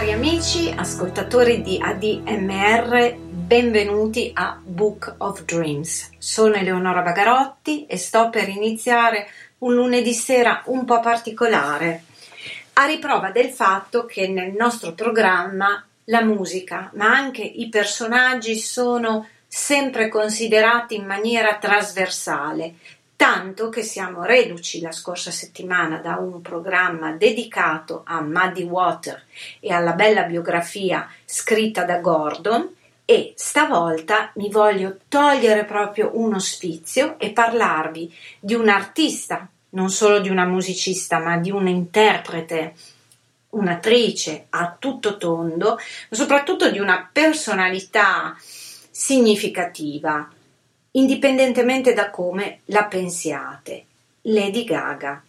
Cari amici, ascoltatori di ADMR, benvenuti a Book of Dreams. Sono Eleonora Bagarotti e sto per iniziare un lunedì sera un po' particolare, a riprova del fatto che nel nostro programma la musica, ma anche i personaggi sono sempre considerati in maniera trasversale, tanto che siamo reduci la scorsa settimana da un programma dedicato a Muddy Water e alla bella biografia scritta da Gordon, e stavolta mi voglio togliere proprio uno sfizio e parlarvi di un artista, non solo di una musicista, ma di un interprete, un'attrice a tutto tondo, ma soprattutto di una personalità significativa, indipendentemente da come la pensiate, Lady Gaga.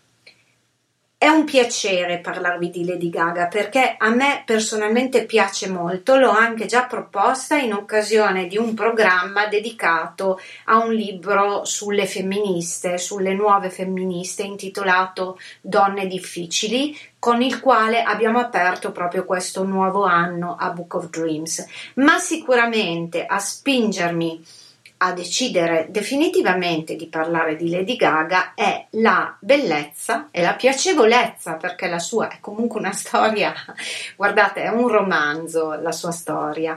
È un piacere parlarvi di Lady Gaga perché a me personalmente piace molto, l'ho anche già proposta in occasione di un programma dedicato a un libro sulle femministe, sulle nuove femministe, intitolato Donne difficili, con il quale abbiamo aperto proprio questo nuovo anno a Book of Dreams. Ma sicuramente a spingermi a decidere definitivamente di parlare di Lady Gaga è la bellezza e la piacevolezza, perché la sua è comunque una storia, guardate, è un romanzo la sua storia,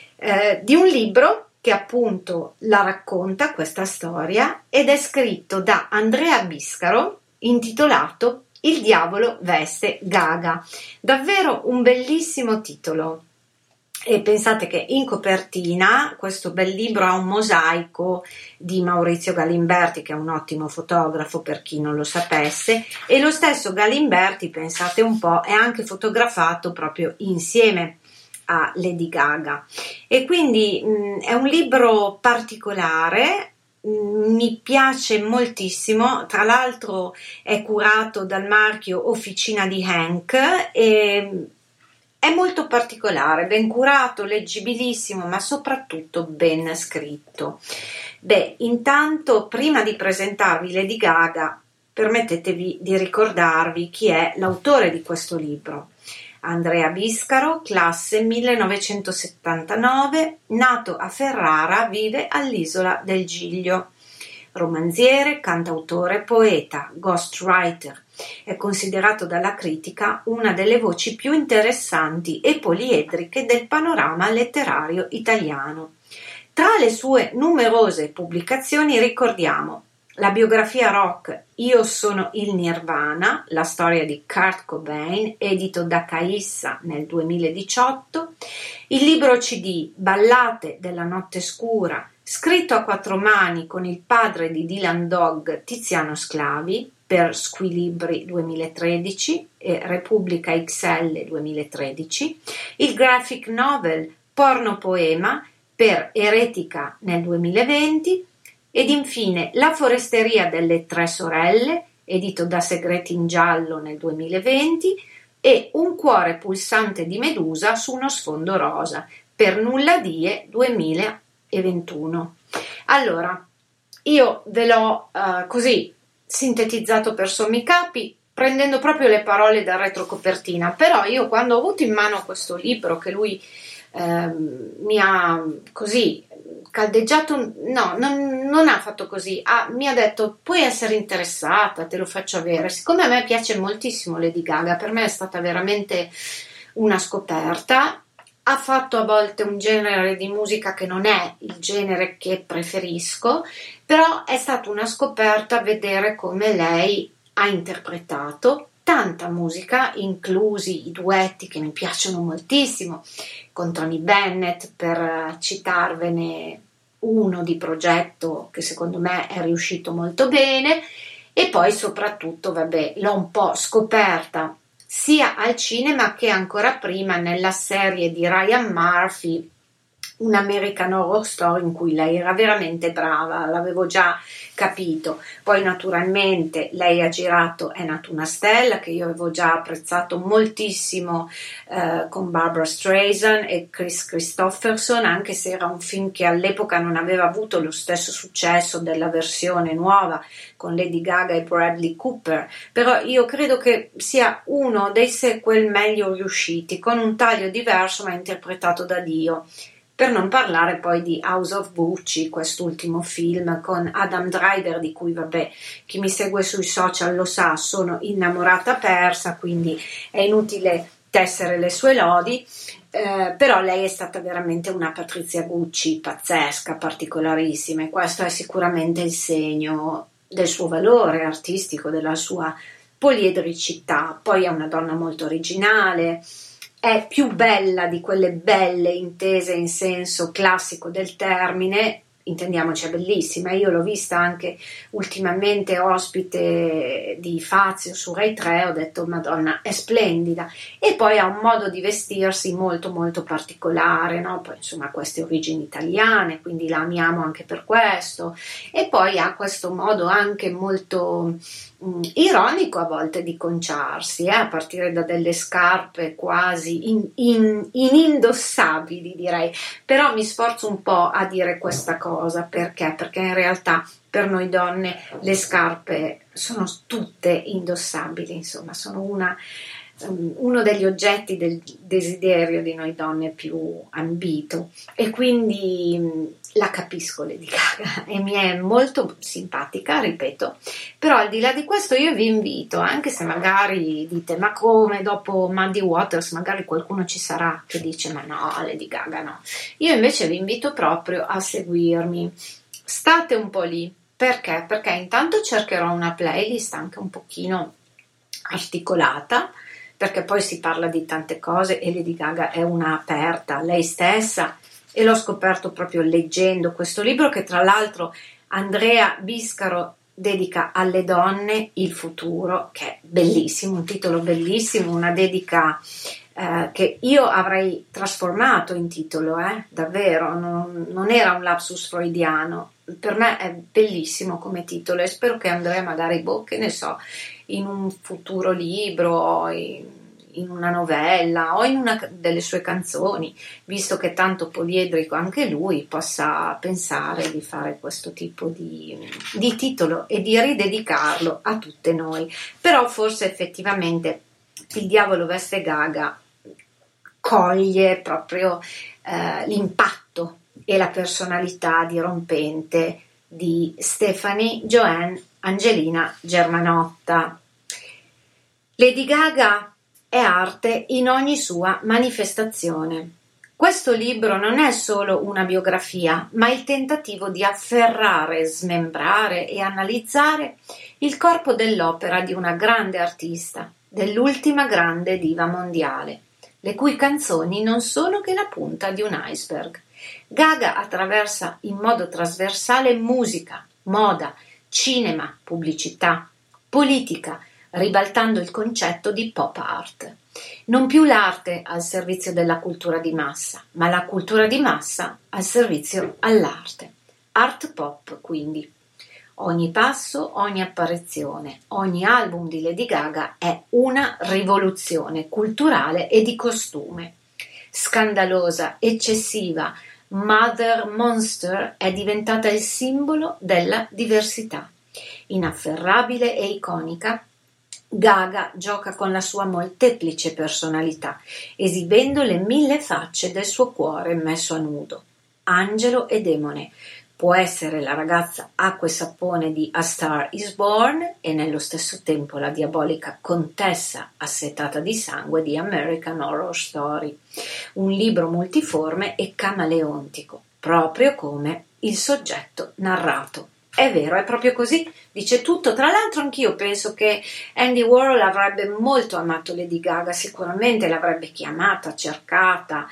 di un libro che appunto la racconta questa storia ed è scritto da Andrea Biscaro, intitolato Il diavolo veste Gaga. Davvero un bellissimo titolo. E pensate che in copertina questo bel libro ha un mosaico di Maurizio Galimberti, che è un ottimo fotografo per chi non lo sapesse, e lo stesso Galimberti, pensate un po', è anche fotografato proprio insieme a Lady Gaga. E quindi è un libro particolare, mi piace moltissimo, tra l'altro è curato dal marchio Officina di Hank e è molto particolare, ben curato, leggibilissimo, ma soprattutto ben scritto. Beh, intanto, prima di presentarvi Lady Gaga, permettetevi di ricordarvi chi è l'autore di questo libro. Andrea Biscaro, classe 1979, nato a Ferrara, vive all'Isola del Giglio. Romanziere, cantautore, poeta, ghostwriter. È considerato dalla critica una delle voci più interessanti e poliedriche del panorama letterario italiano. Tra le sue numerose pubblicazioni ricordiamo la biografia rock Io sono il Nirvana, la storia di Kurt Cobain, edito da Caissa nel 2018, il libro CD Ballate della notte scura, scritto a quattro mani con il padre di Dylan Dog, Tiziano Sclavi, per Squilibri 2013 e Repubblica XL 2013, il graphic novel Porno Poema per Eretica nel 2020 ed infine La foresteria delle tre sorelle, edito da Segreti in Giallo nel 2020, e Un cuore pulsante di Medusa su uno sfondo rosa per Nulla Die 2021. Allora, io ve l'ho così sintetizzato per sommi capi, prendendo proprio le parole da retrocopertina, però io quando ho avuto in mano questo libro che lui mi ha così caldeggiato, no, non ha fatto così, mi ha detto puoi essere interessata, te lo faccio avere. Siccome a me piace moltissimo Lady Gaga, per me è stata veramente una scoperta. Ha fatto a volte un genere di musica che non è il genere che preferisco, però è stata una scoperta vedere come lei ha interpretato tanta musica, inclusi i duetti che mi piacciono moltissimo, con Tony Bennett, per citarvene uno di progetto che secondo me è riuscito molto bene, e poi soprattutto, vabbè, l'ho un po' scoperta sia al cinema che ancora prima nella serie di Ryan Murphy un American Horror Story in cui lei era veramente brava, l'avevo già capito. Poi naturalmente lei ha girato È nata una stella, che io avevo già apprezzato moltissimo, con Barbra Streisand e Chris Christopherson, anche se era un film che all'epoca non aveva avuto lo stesso successo della versione nuova con Lady Gaga e Bradley Cooper, però io credo che sia uno dei sequel meglio riusciti, con un taglio diverso ma interpretato da Dio. Per non parlare poi di House of Gucci, quest'ultimo film con Adam Driver, di cui, vabbè, chi mi segue sui social lo sa, sono innamorata persa, quindi è inutile tessere le sue lodi, però lei è stata veramente una Patrizia Gucci pazzesca, particolarissima, e questo è sicuramente il segno del suo valore artistico, della sua poliedricità. Poi è una donna molto originale, è più bella di quelle belle intese in senso classico del termine, intendiamoci, è bellissima. Io l'ho vista anche ultimamente ospite di Fazio su Rai 3, ho detto Madonna, è splendida. E poi ha un modo di vestirsi molto molto particolare, no? Poi insomma ha queste origini italiane, quindi la amiamo anche per questo, e poi ha questo modo anche molto ironico a volte di conciarsi, a partire da delle scarpe quasi inindossabili, direi. Però mi sforzo un po' a dire questa cosa, perché in realtà per noi donne le scarpe sono tutte indossabili, insomma sono uno degli oggetti del desiderio di noi donne più ambito, e quindi la capisco Lady Gaga e mi è molto simpatica, ripeto. Però al di là di questo io vi invito, anche se magari dite ma come, dopo Muddy Waters magari qualcuno ci sarà che dice ma no, Lady Gaga no, io invece vi invito proprio a seguirmi, state un po' lì, perché intanto cercherò una playlist anche un pochino articolata, perché poi si parla di tante cose e Lady Gaga è una aperta lei stessa, e l'ho scoperto proprio leggendo questo libro, che tra l'altro Andrea Biscaro dedica alle donne il futuro, che è bellissimo, un titolo bellissimo, una dedica che io avrei trasformato in titolo, davvero, non era un lapsus freudiano, per me è bellissimo come titolo, e spero che Andrea magari, che ne so, in un futuro libro, in una novella o in una delle sue canzoni, visto che è tanto poliedrico anche lui, possa pensare di fare questo tipo di titolo e di ridedicarlo a tutte noi. Però forse effettivamente Il diavolo veste Gaga coglie proprio l'impatto e la personalità dirompente di Stephanie Joanne Angelina Germanotta. Lady Gaga è arte in ogni sua manifestazione. Questo libro non è solo una biografia, ma il tentativo di afferrare, smembrare e analizzare il corpo dell'opera di una grande artista, dell'ultima grande diva mondiale, le cui canzoni non sono che la punta di un iceberg. Gaga attraversa in modo trasversale musica, moda, cinema, pubblicità, politica, ribaltando il concetto di pop art. Non più l'arte al servizio della cultura di massa, ma la cultura di massa al servizio all'arte. Art pop, quindi. Ogni passo, ogni apparizione, ogni album di Lady Gaga è una rivoluzione culturale e di costume. Scandalosa, eccessiva, Mother Monster è diventata il simbolo della diversità. Inafferrabile e iconica, Gaga gioca con la sua molteplice personalità, esibendo le 1000 facce del suo cuore messo a nudo. Angelo e demone. Può essere la ragazza acqua e sapone di A Star is Born e nello stesso tempo la diabolica contessa assetata di sangue di American Horror Story. Un libro multiforme e camaleontico, proprio come il soggetto narrato. È vero, è proprio così, dice tutto. Tra l'altro anch'io penso che Andy Warhol avrebbe molto amato Lady Gaga, sicuramente l'avrebbe chiamata, cercata,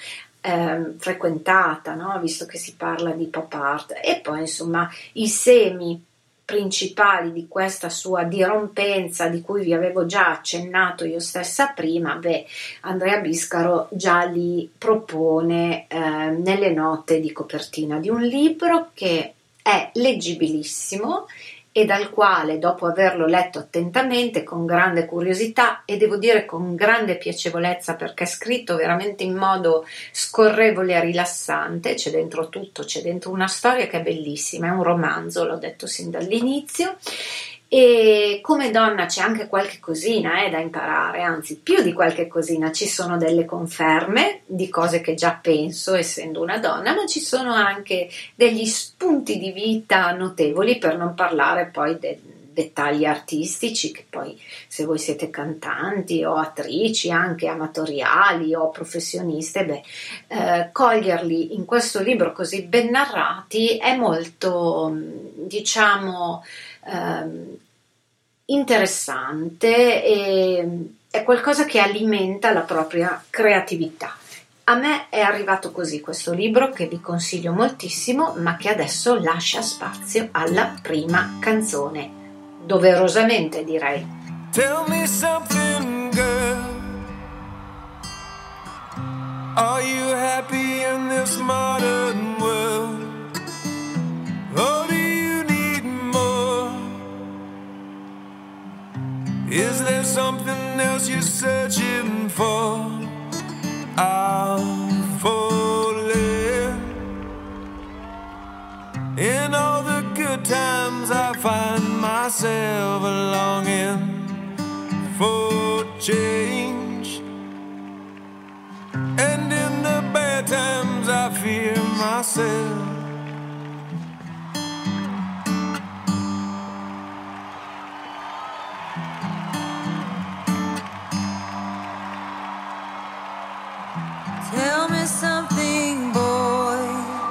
frequentata, no? Visto che si parla di pop art. E poi insomma i semi principali di questa sua dirompenza di cui vi avevo già accennato io stessa prima, Andrea Biscaro già li propone nelle note di copertina di un libro che è leggibilissimo e dal quale, dopo averlo letto attentamente, con grande curiosità e devo dire con grande piacevolezza, perché è scritto veramente in modo scorrevole e rilassante, c'è dentro tutto, c'è dentro una storia che è bellissima, è un romanzo, l'ho detto sin dall'inizio, e come donna c'è anche qualche cosina da imparare, anzi più di qualche cosina, ci sono delle conferme di cose che già penso essendo una donna, ma ci sono anche degli spunti di vita notevoli, per non parlare poi dettagli artistici che poi, se voi siete cantanti o attrici anche amatoriali o professioniste, coglierli in questo libro così ben narrati è molto, diciamo, interessante e è qualcosa che alimenta la propria creatività. A me è arrivato così questo libro che vi consiglio moltissimo, ma che adesso lascia spazio alla prima canzone, doverosamente direi. Tell me something, girl. Are you happy in this modern world? Or do you need more? Is there something else you're searching for? I'm falling. In all the good times I find myself longing for change, and in the bad times I fear myself. Tell me something, boy.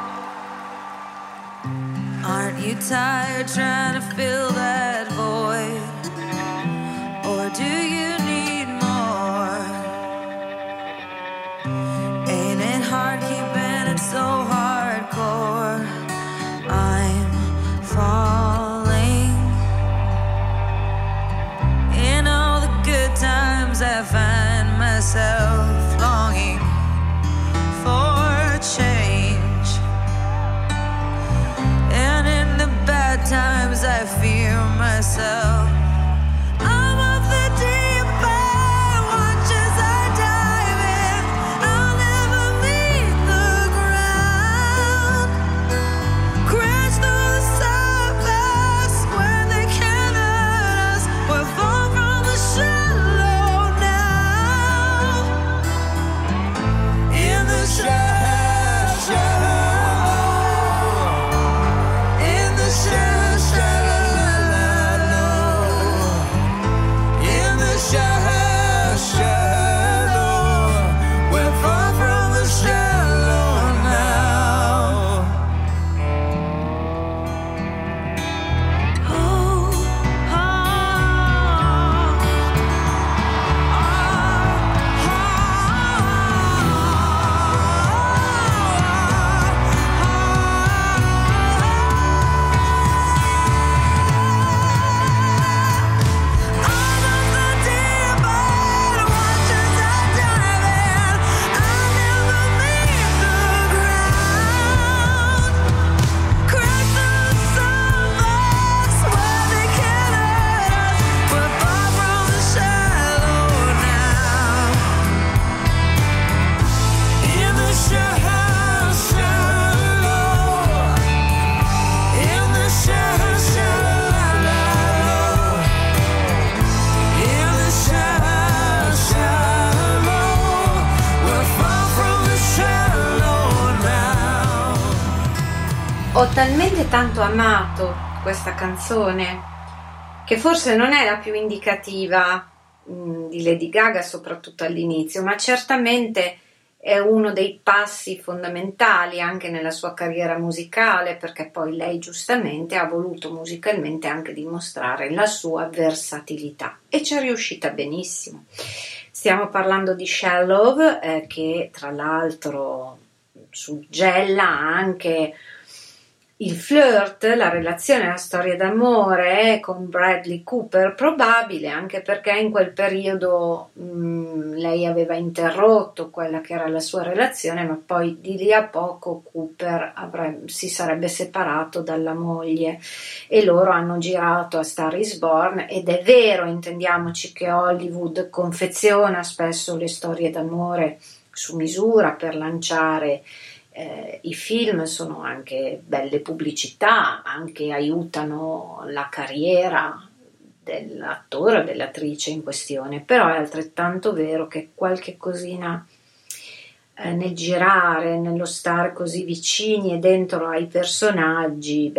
Aren't you tired trying to fill that void? Or do you need more? Ain't it hard keeping it so hardcore? I'm falling. In all the good times I find myself longing for change, and in the bad times I fear myself. I'm of the deep end, watch as I dive in. I'll never meet the ground. Crash through the surface where they can't hurt us. We're far from the shallow now. In the shallow, in the shallow, in the shallow, we're far from the shallow now. Oh, Ho talmente tanto amato questa canzone che forse non è la più indicativa di Lady Gaga, soprattutto all'inizio, ma certamente è uno dei passi fondamentali anche nella sua carriera musicale, perché poi lei giustamente ha voluto musicalmente anche dimostrare la sua versatilità e ci è riuscita benissimo. Stiamo parlando di Shallow, che tra l'altro suggella anche il flirt, la relazione, la storia d'amore con Bradley Cooper, probabile anche perché in quel periodo lei aveva interrotto quella che era la sua relazione, ma poi di lì a poco Cooper si sarebbe separato dalla moglie e loro hanno girato A Star is Born, ed è vero, intendiamoci, che Hollywood confeziona spesso le storie d'amore su misura per lanciare i film, sono anche belle pubblicità, anche aiutano la carriera dell'attore o dell'attrice in questione, però è altrettanto vero che qualche cosina nel girare, nello stare così vicini e dentro ai personaggi,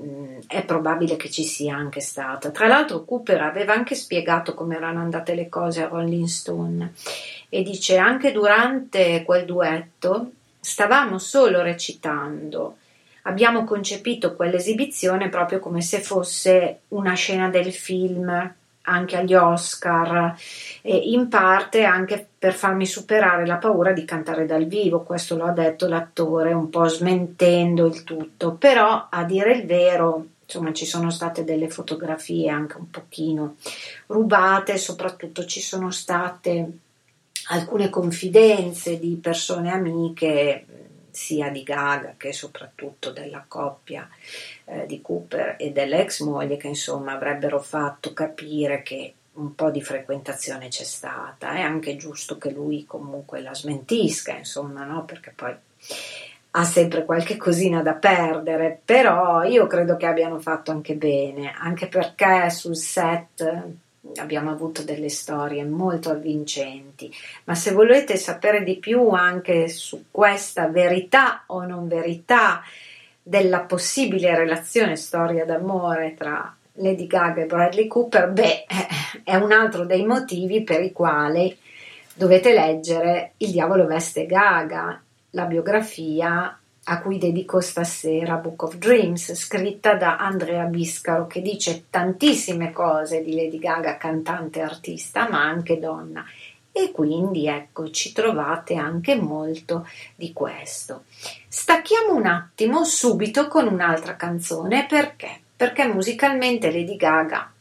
è probabile che ci sia anche stata. Tra l'altro Cooper aveva anche spiegato come erano andate le cose a Rolling Stone e dice: anche durante quel duetto stavamo solo recitando, abbiamo concepito quell'esibizione proprio come se fosse una scena del film, anche agli Oscar, e in parte anche per farmi superare la paura di cantare dal vivo. Questo lo ha detto l'attore, un po' smentendo il tutto, però a dire il vero, insomma, ci sono state delle fotografie anche un pochino rubate, soprattutto ci sono state alcune confidenze di persone amiche, sia di Gaga che soprattutto della coppia di Cooper e dell'ex moglie, che insomma avrebbero fatto capire che un po' di frequentazione c'è stata. È anche giusto che lui comunque la smentisca, insomma, no? Perché poi ha sempre qualche cosina da perdere, però io credo che abbiano fatto anche bene, anche perché sul set abbiamo avuto delle storie molto avvincenti. Ma se volete sapere di più anche su questa verità o non verità della possibile relazione storia d'amore tra Lady Gaga e Bradley Cooper, è un altro dei motivi per i quali dovete leggere Il diavolo veste Gaga, la biografia a cui dedico stasera Book of Dreams, scritta da Andrea Biscaro, che dice tantissime cose di Lady Gaga, cantante e artista, ma anche donna, e quindi ecco, ci trovate anche molto di questo. Stacchiamo un attimo subito con un'altra canzone, perché musicalmente Lady Gaga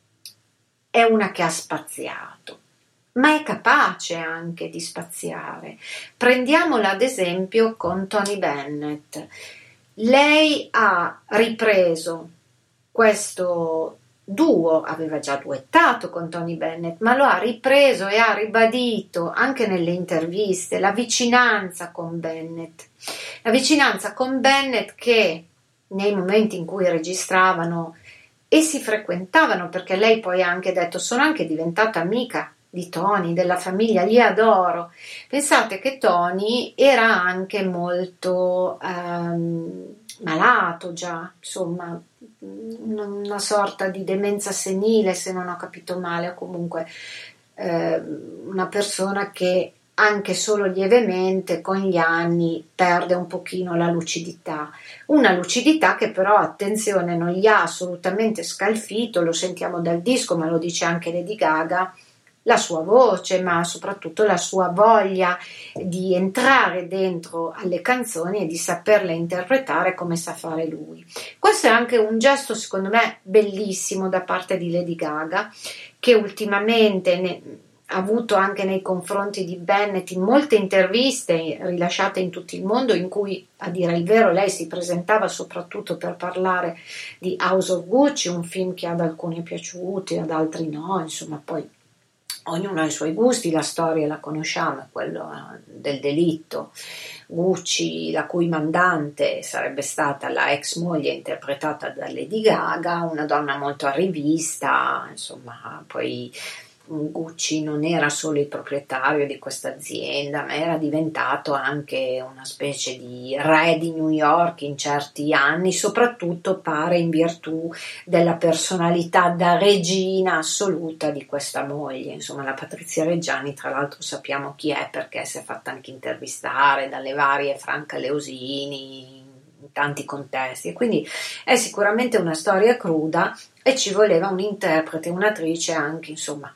è una che ha spaziato, ma è capace anche di spaziare. Prendiamola ad esempio con Tony Bennett. Lei ha ripreso questo duo, aveva già duettato con Tony Bennett, ma lo ha ripreso e ha ribadito anche nelle interviste la vicinanza con Bennett. La vicinanza con Bennett che nei momenti in cui registravano e si frequentavano, perché lei poi ha anche detto: sono anche diventata amica di Tony, della famiglia, li adoro. Pensate che Tony era anche molto malato già, insomma, una sorta di demenza senile, se non ho capito male, o comunque una persona che anche solo lievemente con gli anni perde un pochino la lucidità, una lucidità che però, attenzione, non gli ha assolutamente scalfito, lo sentiamo dal disco, ma lo dice anche Lady Gaga, la sua voce, ma soprattutto la sua voglia di entrare dentro alle canzoni e di saperle interpretare come sa fare lui. Questo è anche un gesto, secondo me, bellissimo da parte di Lady Gaga, che ultimamente ha avuto anche nei confronti di Bennett in molte interviste rilasciate in tutto il mondo, in cui, a dire il vero, lei si presentava soprattutto per parlare di House of Gucci, un film che ad alcuni è piaciuto, ad altri no, insomma, poi ognuno ha i suoi gusti, la storia la conosciamo, è quello del delitto. Gucci, la cui mandante sarebbe stata la ex moglie interpretata da Lady Gaga, una donna molto a rivista, insomma, poi Gucci non era solo il proprietario di questa azienda, ma era diventato anche una specie di re di New York in certi anni, soprattutto pare in virtù della personalità da regina assoluta di questa moglie. Insomma, la Patrizia Reggiani, tra l'altro sappiamo chi è, perché si è fatta anche intervistare dalle varie Franca Leosini in tanti contesti, e quindi è sicuramente una storia cruda e ci voleva un interprete, un'attrice anche, insomma,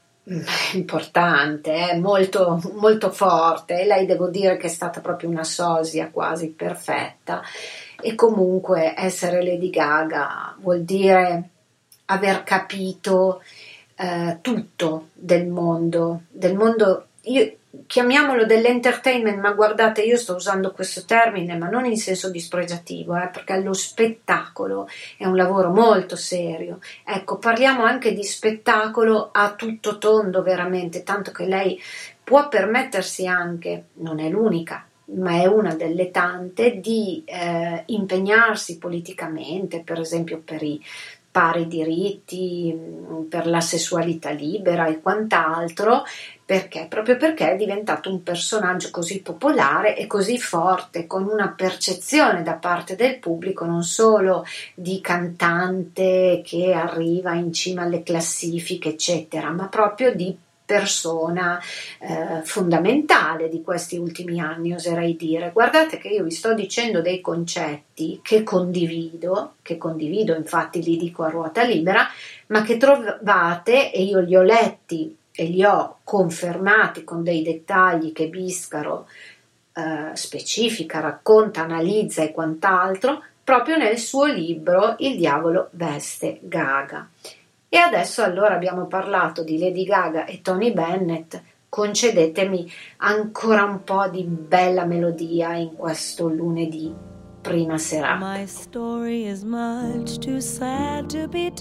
importante, molto, molto forte. E lei, devo dire che è stata proprio una sosia quasi perfetta, e comunque essere Lady Gaga vuol dire aver capito tutto del mondo, chiamiamolo dell'entertainment, ma guardate, io sto usando questo termine, ma non in senso dispregiativo, perché lo spettacolo è un lavoro molto serio. Ecco, parliamo anche di spettacolo a tutto tondo, veramente, tanto che lei può permettersi anche, non è l'unica, ma è una delle tante, di impegnarsi politicamente, per esempio per i pari diritti, per la sessualità libera e quant'altro, perché? Proprio perché è diventato un personaggio così popolare e così forte, con una percezione da parte del pubblico non solo di cantante che arriva in cima alle classifiche, eccetera, ma proprio di persona fondamentale di questi ultimi anni, oserei dire. Guardate che io vi sto dicendo dei concetti che condivido, infatti li dico a ruota libera, ma che trovate, e io li ho letti e li ho confermati con dei dettagli che Biscaro specifica, racconta, analizza e quant'altro, proprio nel suo libro Il diavolo veste Gaga. E adesso allora abbiamo parlato di Lady Gaga e Tony Bennett, concedetemi ancora un po' di bella melodia in questo lunedì prima serata. My story is much too sad to be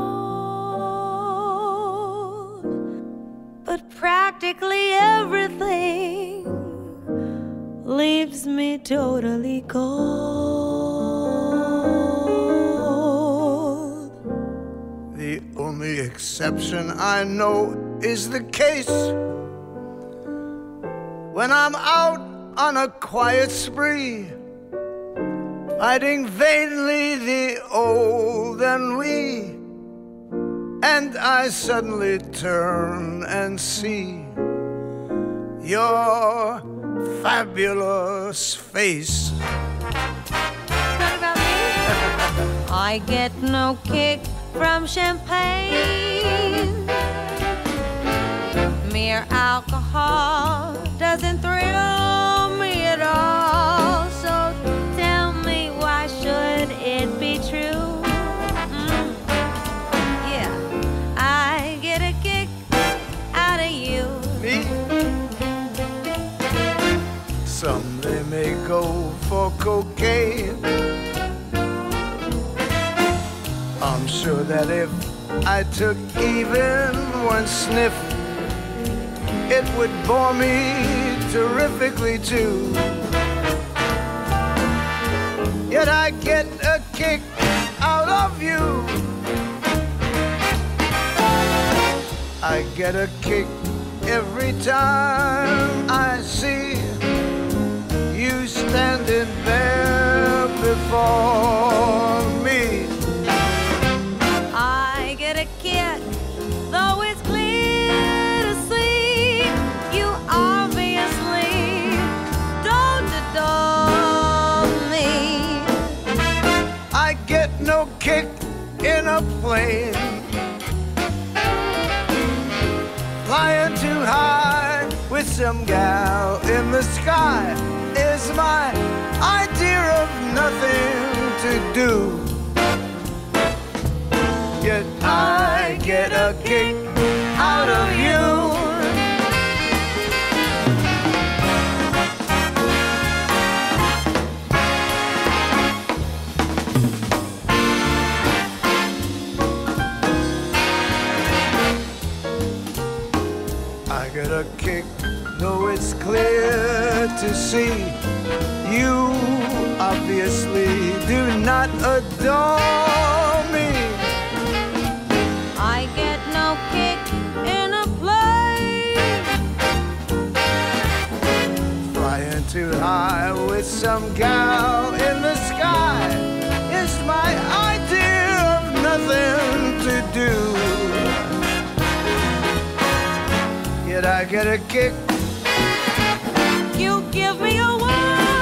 told, but practically everything leaves me totally cold. The only exception I know is the case when I'm out on a quiet spree, fighting vainly the old ennui, and I suddenly turn and see your fabulous face. What about me? I get no kick from champagne. Mere alcohol doesn't thrill me at all. So tell me, why should it be true? Yeah, I get a kick out of you. Me? Some they may go for cocaine. I'm sure that if I took even one sniff, it would bore me terrifically too. Yet I get a kick out of you. I get a kick every time I see you standing there before me. I get a kick, though it's clear to see you obviously don't adore me. I get no kick in a plane, flying too high with some gal in the sky is my idea of nothing to do. Yet I get a kick out of you. I get a kick, though it's clear to see you obviously do not adore me. I get no kick in a plane, Flying too high with some gal in the sky is my idea of nothing to do. Yet I get a kick. you give me a whirl.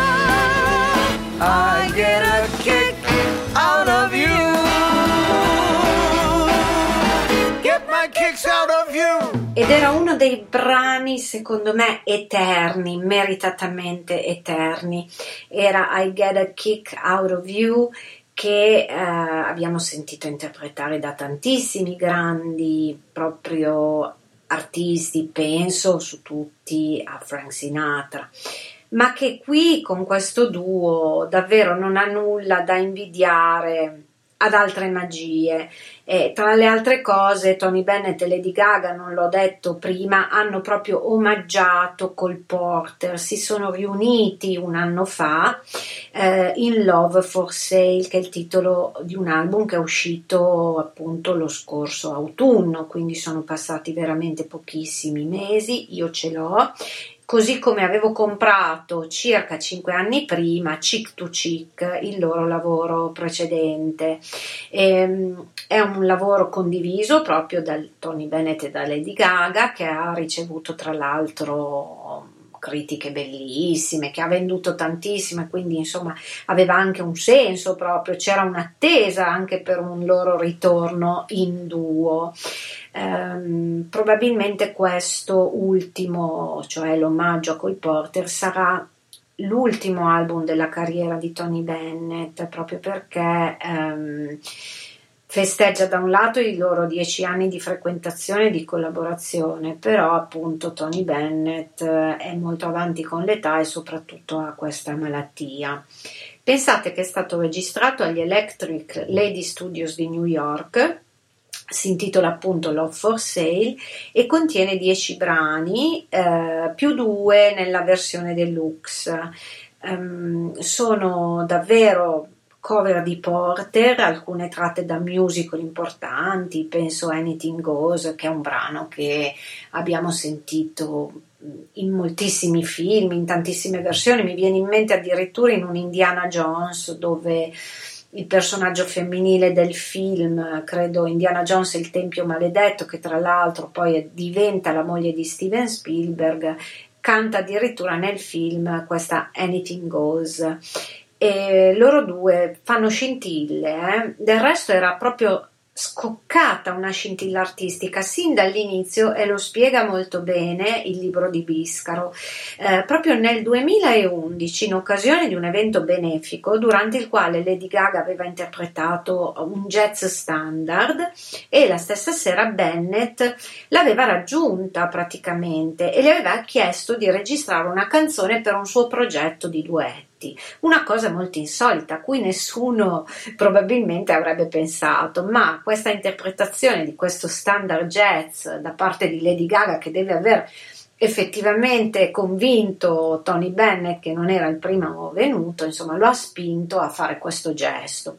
I get a kick out of you. Get my kicks out of you. Ed era uno dei brani secondo me eterni, meritatamente eterni. Era I Get a Kick Out of You, che abbiamo sentito interpretare da tantissimi grandi proprio artisti, penso su tutti a Frank Sinatra, ma che qui con questo duo davvero non ha nulla da invidiare ad altre magie. E tra le altre cose, Tony Bennett e Lady Gaga, non l'ho detto prima, hanno proprio omaggiato Cole Porter, si sono riuniti un anno fa in Love for Sale, che è il titolo di un album che è uscito appunto lo scorso autunno, quindi sono passati veramente pochissimi mesi, io ce l'ho. Così come avevo comprato circa 5 anni prima Chick to Chick, il loro lavoro precedente. È un lavoro condiviso proprio da Tony Bennett e da Lady Gaga, che ha ricevuto tra l'altro critiche bellissime, che ha venduto tantissimo e quindi insomma aveva anche un senso proprio, c'era un'attesa anche per un loro ritorno in duo. Probabilmente questo ultimo, cioè l'omaggio a Cole Porter, sarà l'ultimo album della carriera di Tony Bennett, proprio perché festeggia da un lato i loro 10 anni di frequentazione e di collaborazione, però appunto Tony Bennett è molto avanti con l'età e soprattutto ha questa malattia. Pensate che è stato registrato agli Electric Lady Studios di New York, si intitola appunto Love for Sale e contiene 10 brani più 2 nella versione deluxe. Sono davvero cover di Porter, alcune tratte da musical importanti, penso Anything Goes, che è un brano che abbiamo sentito in moltissimi film, in tantissime versioni, mi viene in mente addirittura in un Indiana Jones, dove il personaggio femminile del film, credo Indiana Jones e il Tempio Maledetto, che tra l'altro poi diventa la moglie di Steven Spielberg, canta addirittura nel film questa Anything Goes. E loro due fanno scintille, Del resto era proprio scoccata una scintilla artistica sin dall'inizio, e lo spiega molto bene il libro di Biscaro. Proprio nel 2011, in occasione di un evento benefico durante il quale Lady Gaga aveva interpretato un jazz standard, e la stessa sera Bennett l'aveva raggiunta praticamente e le aveva chiesto di registrare una canzone per un suo progetto di duetti. Una cosa molto insolita, a cui nessuno probabilmente avrebbe pensato, ma questa interpretazione di questo standard jazz da parte di Lady Gaga, che deve aver effettivamente convinto Tony Bennett, che non era il primo venuto, insomma lo ha spinto a fare questo gesto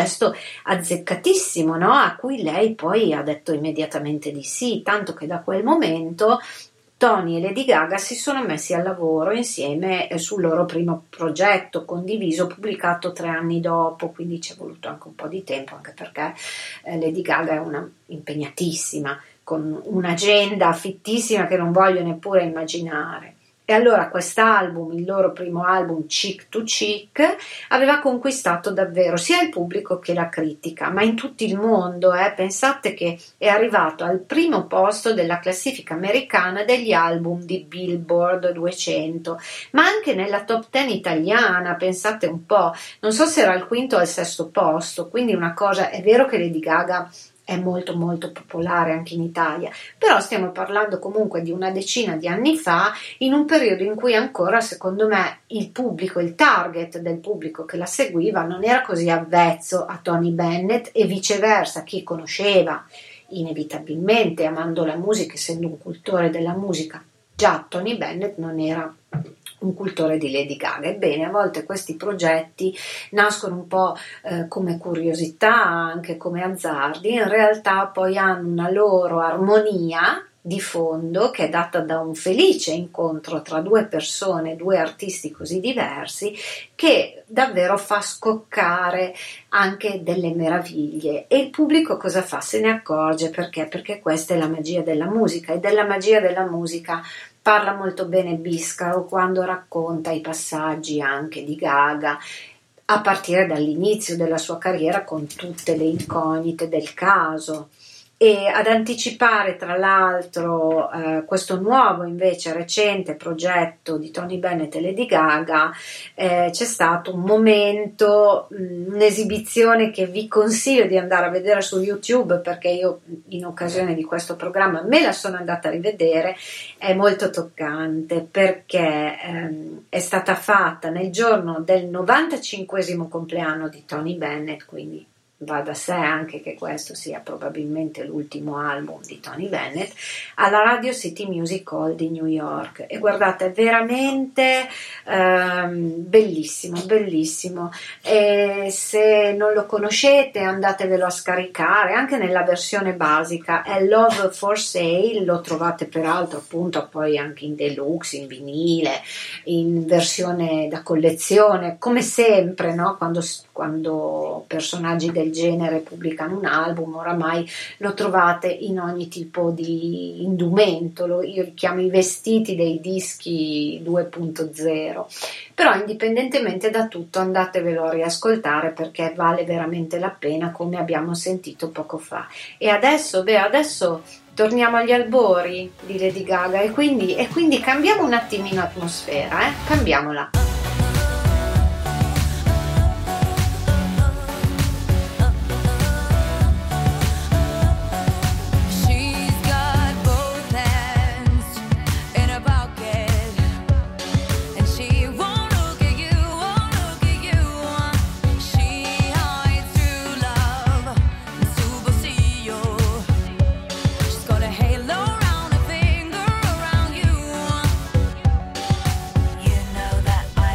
azzeccatissimo, no? A cui lei poi ha detto immediatamente di sì, tanto che da quel momento Tony e Lady Gaga si sono messi al lavoro insieme sul loro primo progetto condiviso, pubblicato 3 anni dopo, quindi ci è voluto anche un po' di tempo, anche perché Lady Gaga è una impegnatissima, con un'agenda fittissima che non voglio neppure immaginare. E allora quest'album, il loro primo album Chick to Chick, aveva conquistato davvero sia il pubblico che la critica, ma in tutto il mondo. Pensate che è arrivato al primo posto della classifica americana degli album di Billboard 200, ma anche nella top 10 italiana, pensate un po', non so se era al quinto o al sesto posto, quindi una cosa, è vero che Lady Gaga è molto molto popolare anche in Italia, però stiamo parlando comunque di una decina di anni fa, in un periodo in cui ancora, secondo me, il pubblico, il target del pubblico che la seguiva non era così avvezzo a Tony Bennett, e viceversa chi conosceva inevitabilmente, amando la musica, essendo un cultore della musica, già Tony Bennett non era un cultore di Lady Gaga. Ebbene, a volte questi progetti nascono un po' come curiosità, anche come azzardi, in realtà poi hanno una loro armonia di fondo che è data da un felice incontro tra due persone, due artisti così diversi, che davvero fa scoccare anche delle meraviglie. E il pubblico cosa fa? Se ne accorge. Perché? Perché questa è la magia della musica, e della magia della musica parla molto bene Biscaro quando racconta i passaggi anche di Gaga a partire dall'inizio della sua carriera, con tutte le incognite del caso. E ad anticipare tra l'altro questo nuovo invece recente progetto di Tony Bennett e Lady Gaga, c'è stato un momento, un'esibizione che vi consiglio di andare a vedere su YouTube, perché io in occasione di questo programma me la sono andata a rivedere. È molto toccante perché è stata fatta nel giorno del 95esimo compleanno di Tony Bennett, quindi va da sé anche che questo sia probabilmente l'ultimo album di Tony Bennett, alla Radio City Music Hall di New York. E guardate, è veramente bellissimo, bellissimo. E se non lo conoscete andatevelo a scaricare anche nella versione basica, è Love for Sale, lo trovate peraltro appunto poi anche in deluxe, in vinile, in versione da collezione, come sempre, no? Quando personaggi del genere pubblicano un album, oramai lo trovate in ogni tipo di indumento, io li chiamo i vestiti dei dischi 2.0, però indipendentemente da tutto andatevelo a riascoltare perché vale veramente la pena, come abbiamo sentito poco fa. E adesso torniamo agli albori di Lady Gaga e quindi cambiamo un attimino atmosfera, cambiamola. That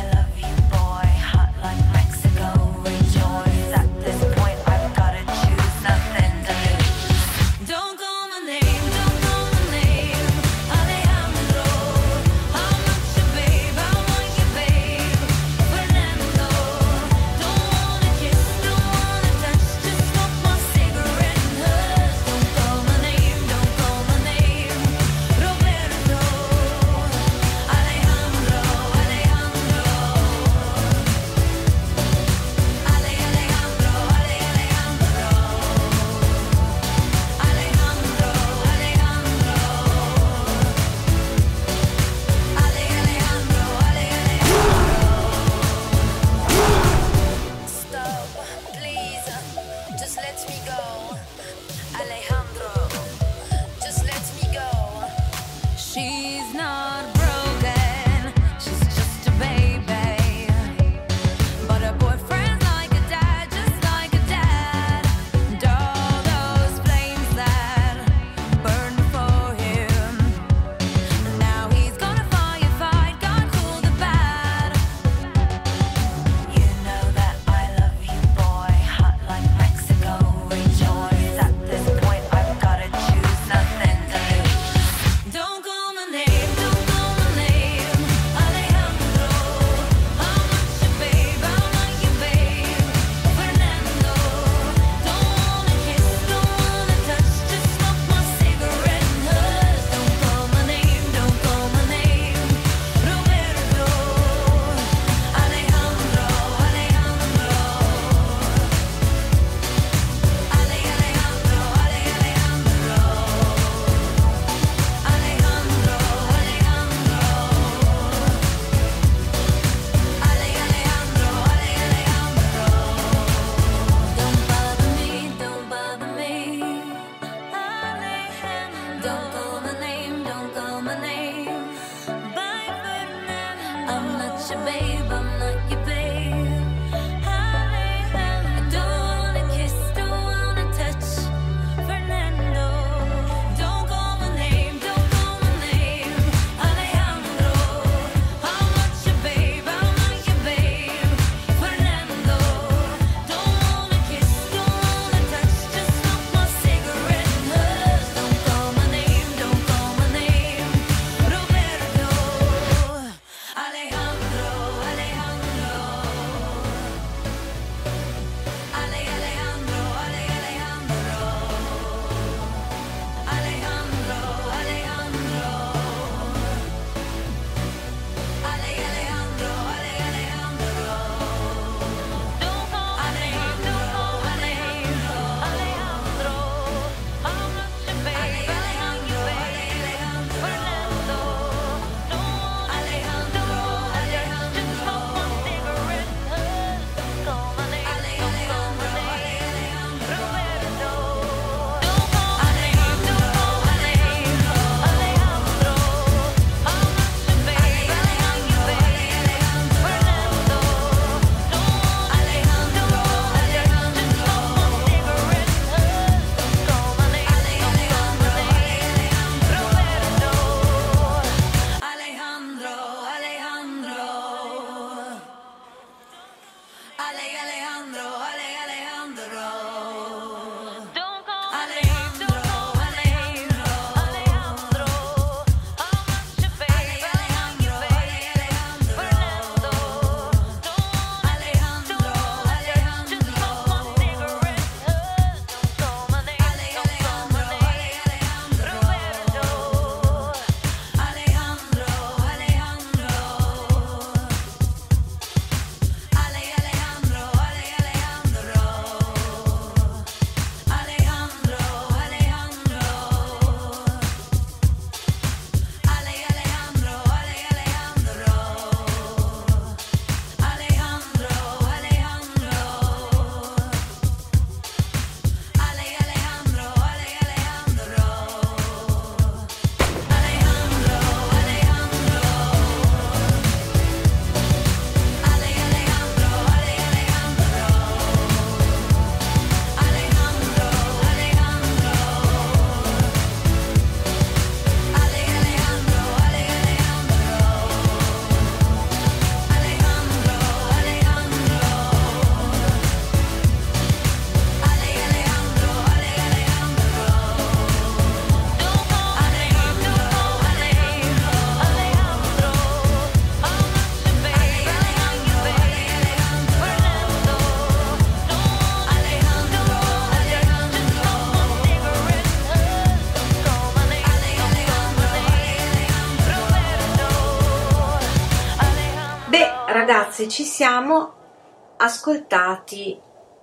Ragazzi, ci siamo ascoltati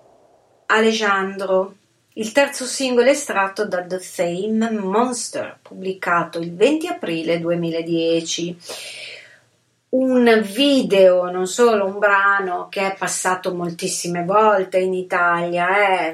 Alejandro, il terzo singolo estratto da The Fame Monster, pubblicato il 20 aprile 2010. Un video, non solo un brano, che è passato moltissime volte in Italia,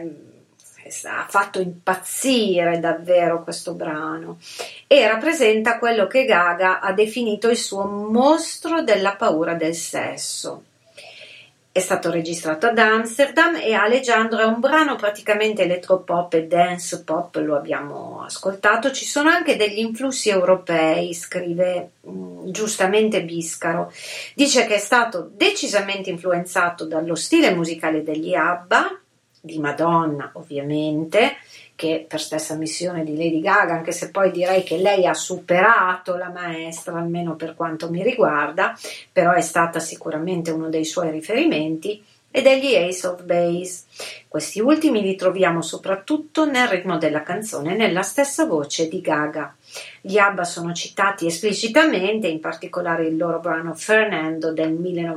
ha fatto impazzire davvero questo brano e rappresenta quello che Gaga ha definito il suo mostro della paura del sesso. È stato registrato ad Amsterdam e Alejandro è un brano praticamente elettropop e dance pop, lo abbiamo ascoltato. Ci sono anche degli influssi europei, scrive giustamente Biscaro. Dice che è stato decisamente influenzato dallo stile musicale degli ABBA, di Madonna ovviamente, che per stessa missione di Lady Gaga, anche se poi direi che lei ha superato la maestra, almeno per quanto mi riguarda, però è stata sicuramente uno dei suoi riferimenti, e degli Ace of Base. Questi ultimi li troviamo soprattutto nel ritmo della canzone, nella stessa voce di Gaga. Gli ABBA sono citati esplicitamente, in particolare il loro brano Fernando del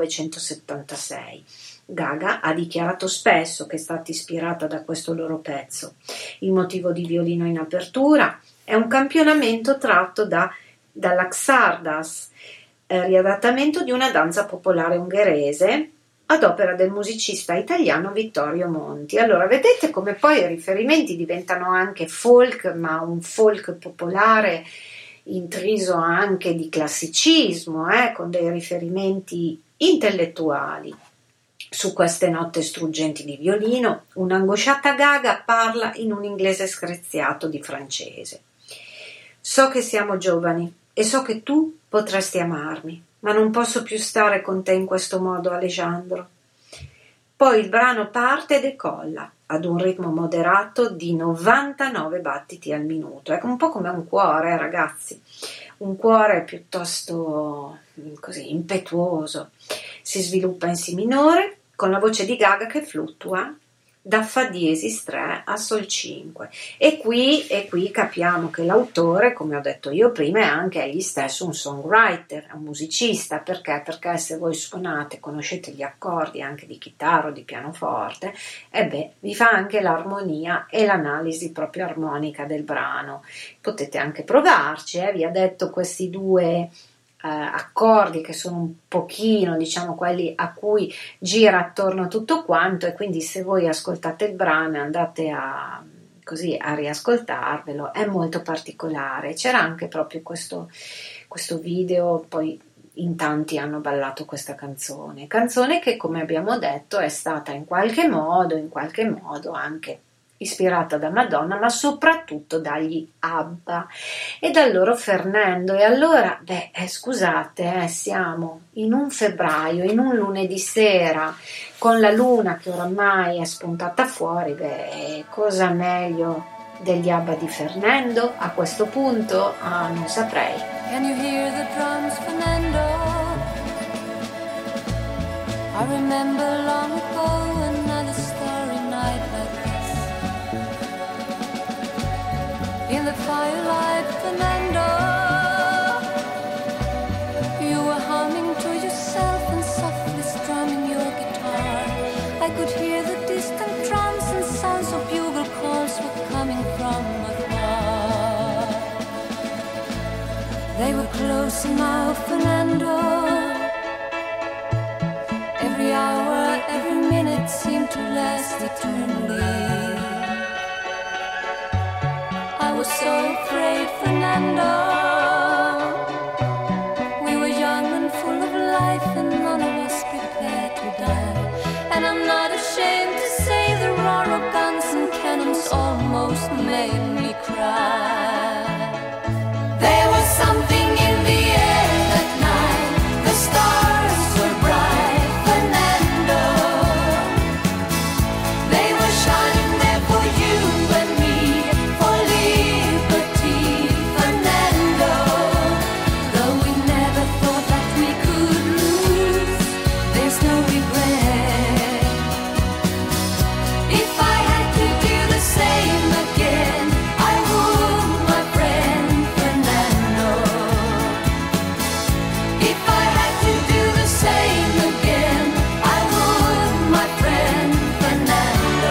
1976. Gaga ha dichiarato spesso che è stata ispirata da questo loro pezzo. Il motivo di violino in apertura è un campionamento tratto dalla Xardas, riadattamento di una danza popolare ungherese ad opera del musicista italiano Vittorio Monti. Allora, vedete come poi i riferimenti diventano anche folk, ma un folk popolare intriso anche di classicismo, con dei riferimenti intellettuali. Su queste note struggenti di violino, un'angosciata Gaga parla in un inglese screziato di francese. So che siamo giovani e so che tu potresti amarmi, ma non posso più stare con te in questo modo, Alejandro. Poi il brano parte e decolla ad un ritmo moderato di 99 battiti al minuto. È un po' come un cuore, ragazzi. Un cuore piuttosto così impetuoso. Si sviluppa in Si minore con la voce di Gaga che fluttua da Fa diesis 3 a Sol 5 e qui capiamo che l'autore, come ho detto io prima, è anche egli stesso un songwriter, è un musicista. Perché se voi suonate, conoscete gli accordi anche di chitarra o di pianoforte, vi fa anche l'armonia e l'analisi proprio armonica del brano. Potete anche provarci, vi ha detto questi due accordi che sono un pochino, diciamo, quelli a cui gira attorno tutto quanto, e quindi se voi ascoltate il brano andate a riascoltarvelo, è molto particolare. C'era anche proprio questo video, poi in tanti hanno ballato questa canzone che, come abbiamo detto, è stata in qualche modo anche ispirata da Madonna, ma soprattutto dagli ABBA e dal loro Fernando. E allora, scusate, siamo in un febbraio, in un lunedì sera, con la luna che oramai è spuntata fuori, cosa meglio degli ABBA di Fernando a questo punto? Non saprei. Can you hear the drums, Fernando? I remember long ago another starry night like this. In the firelight, Fernando, you were humming to yourself and softly strumming your guitar. I could hear the distant drums and sounds of bugle calls were coming from afar. They were closer now, Fernando. Every hour, every minute seemed to last eternally. I was so afraid, Fernando. We were young and full of life and none of us prepared to die. And I'm not ashamed to say the roar of guns and cannons almost made me cry. There was something in the air that night. The stars were bright, Fernando. They were shining there for you and me, for liberty, Fernando. Though we never thought that we could lose, there's no regret. If I had to do the same again, I would, my friend Fernando. If I had to do the same again, I would, my friend Fernando.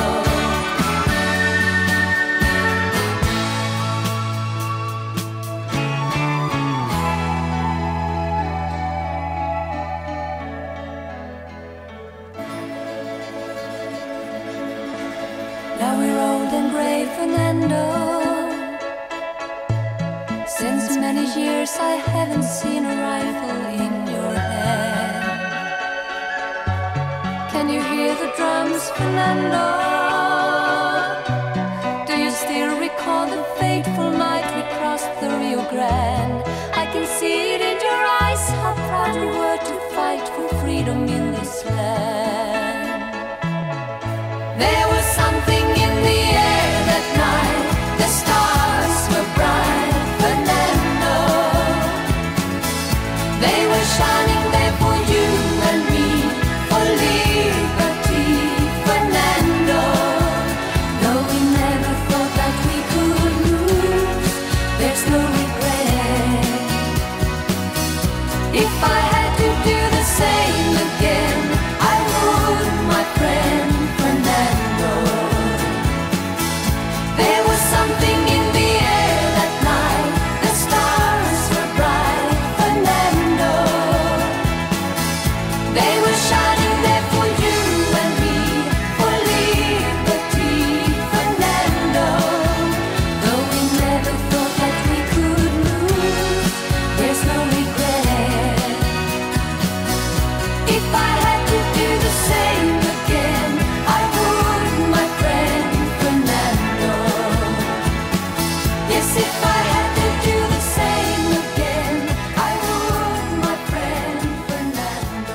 Now we're old and gray, Fernando. Since many years I haven't seen a rifle in your hand. Can you hear the drums, Fernando? Do you still recall the fateful night we crossed the Rio Grande? I can see it in your eyes, how proud you were to fight for freedom in this land. There was something in the air that night. The stars were bright, Fernando. They were shining there for you and me, for liberty, Fernando. Though we never thought that we could lose, there's no regret. If I had to do the same again, I would, my friend Fernando. There was something in the air that night. The stars were bright, Fernando. They were shining there for you and me, for liberty, Fernando. Though we never thought that we could lose, there's no regret. If I had to do the same again, I would, my friend Fernando. Yes, if I had to do the same again, I would, my friend Fernando.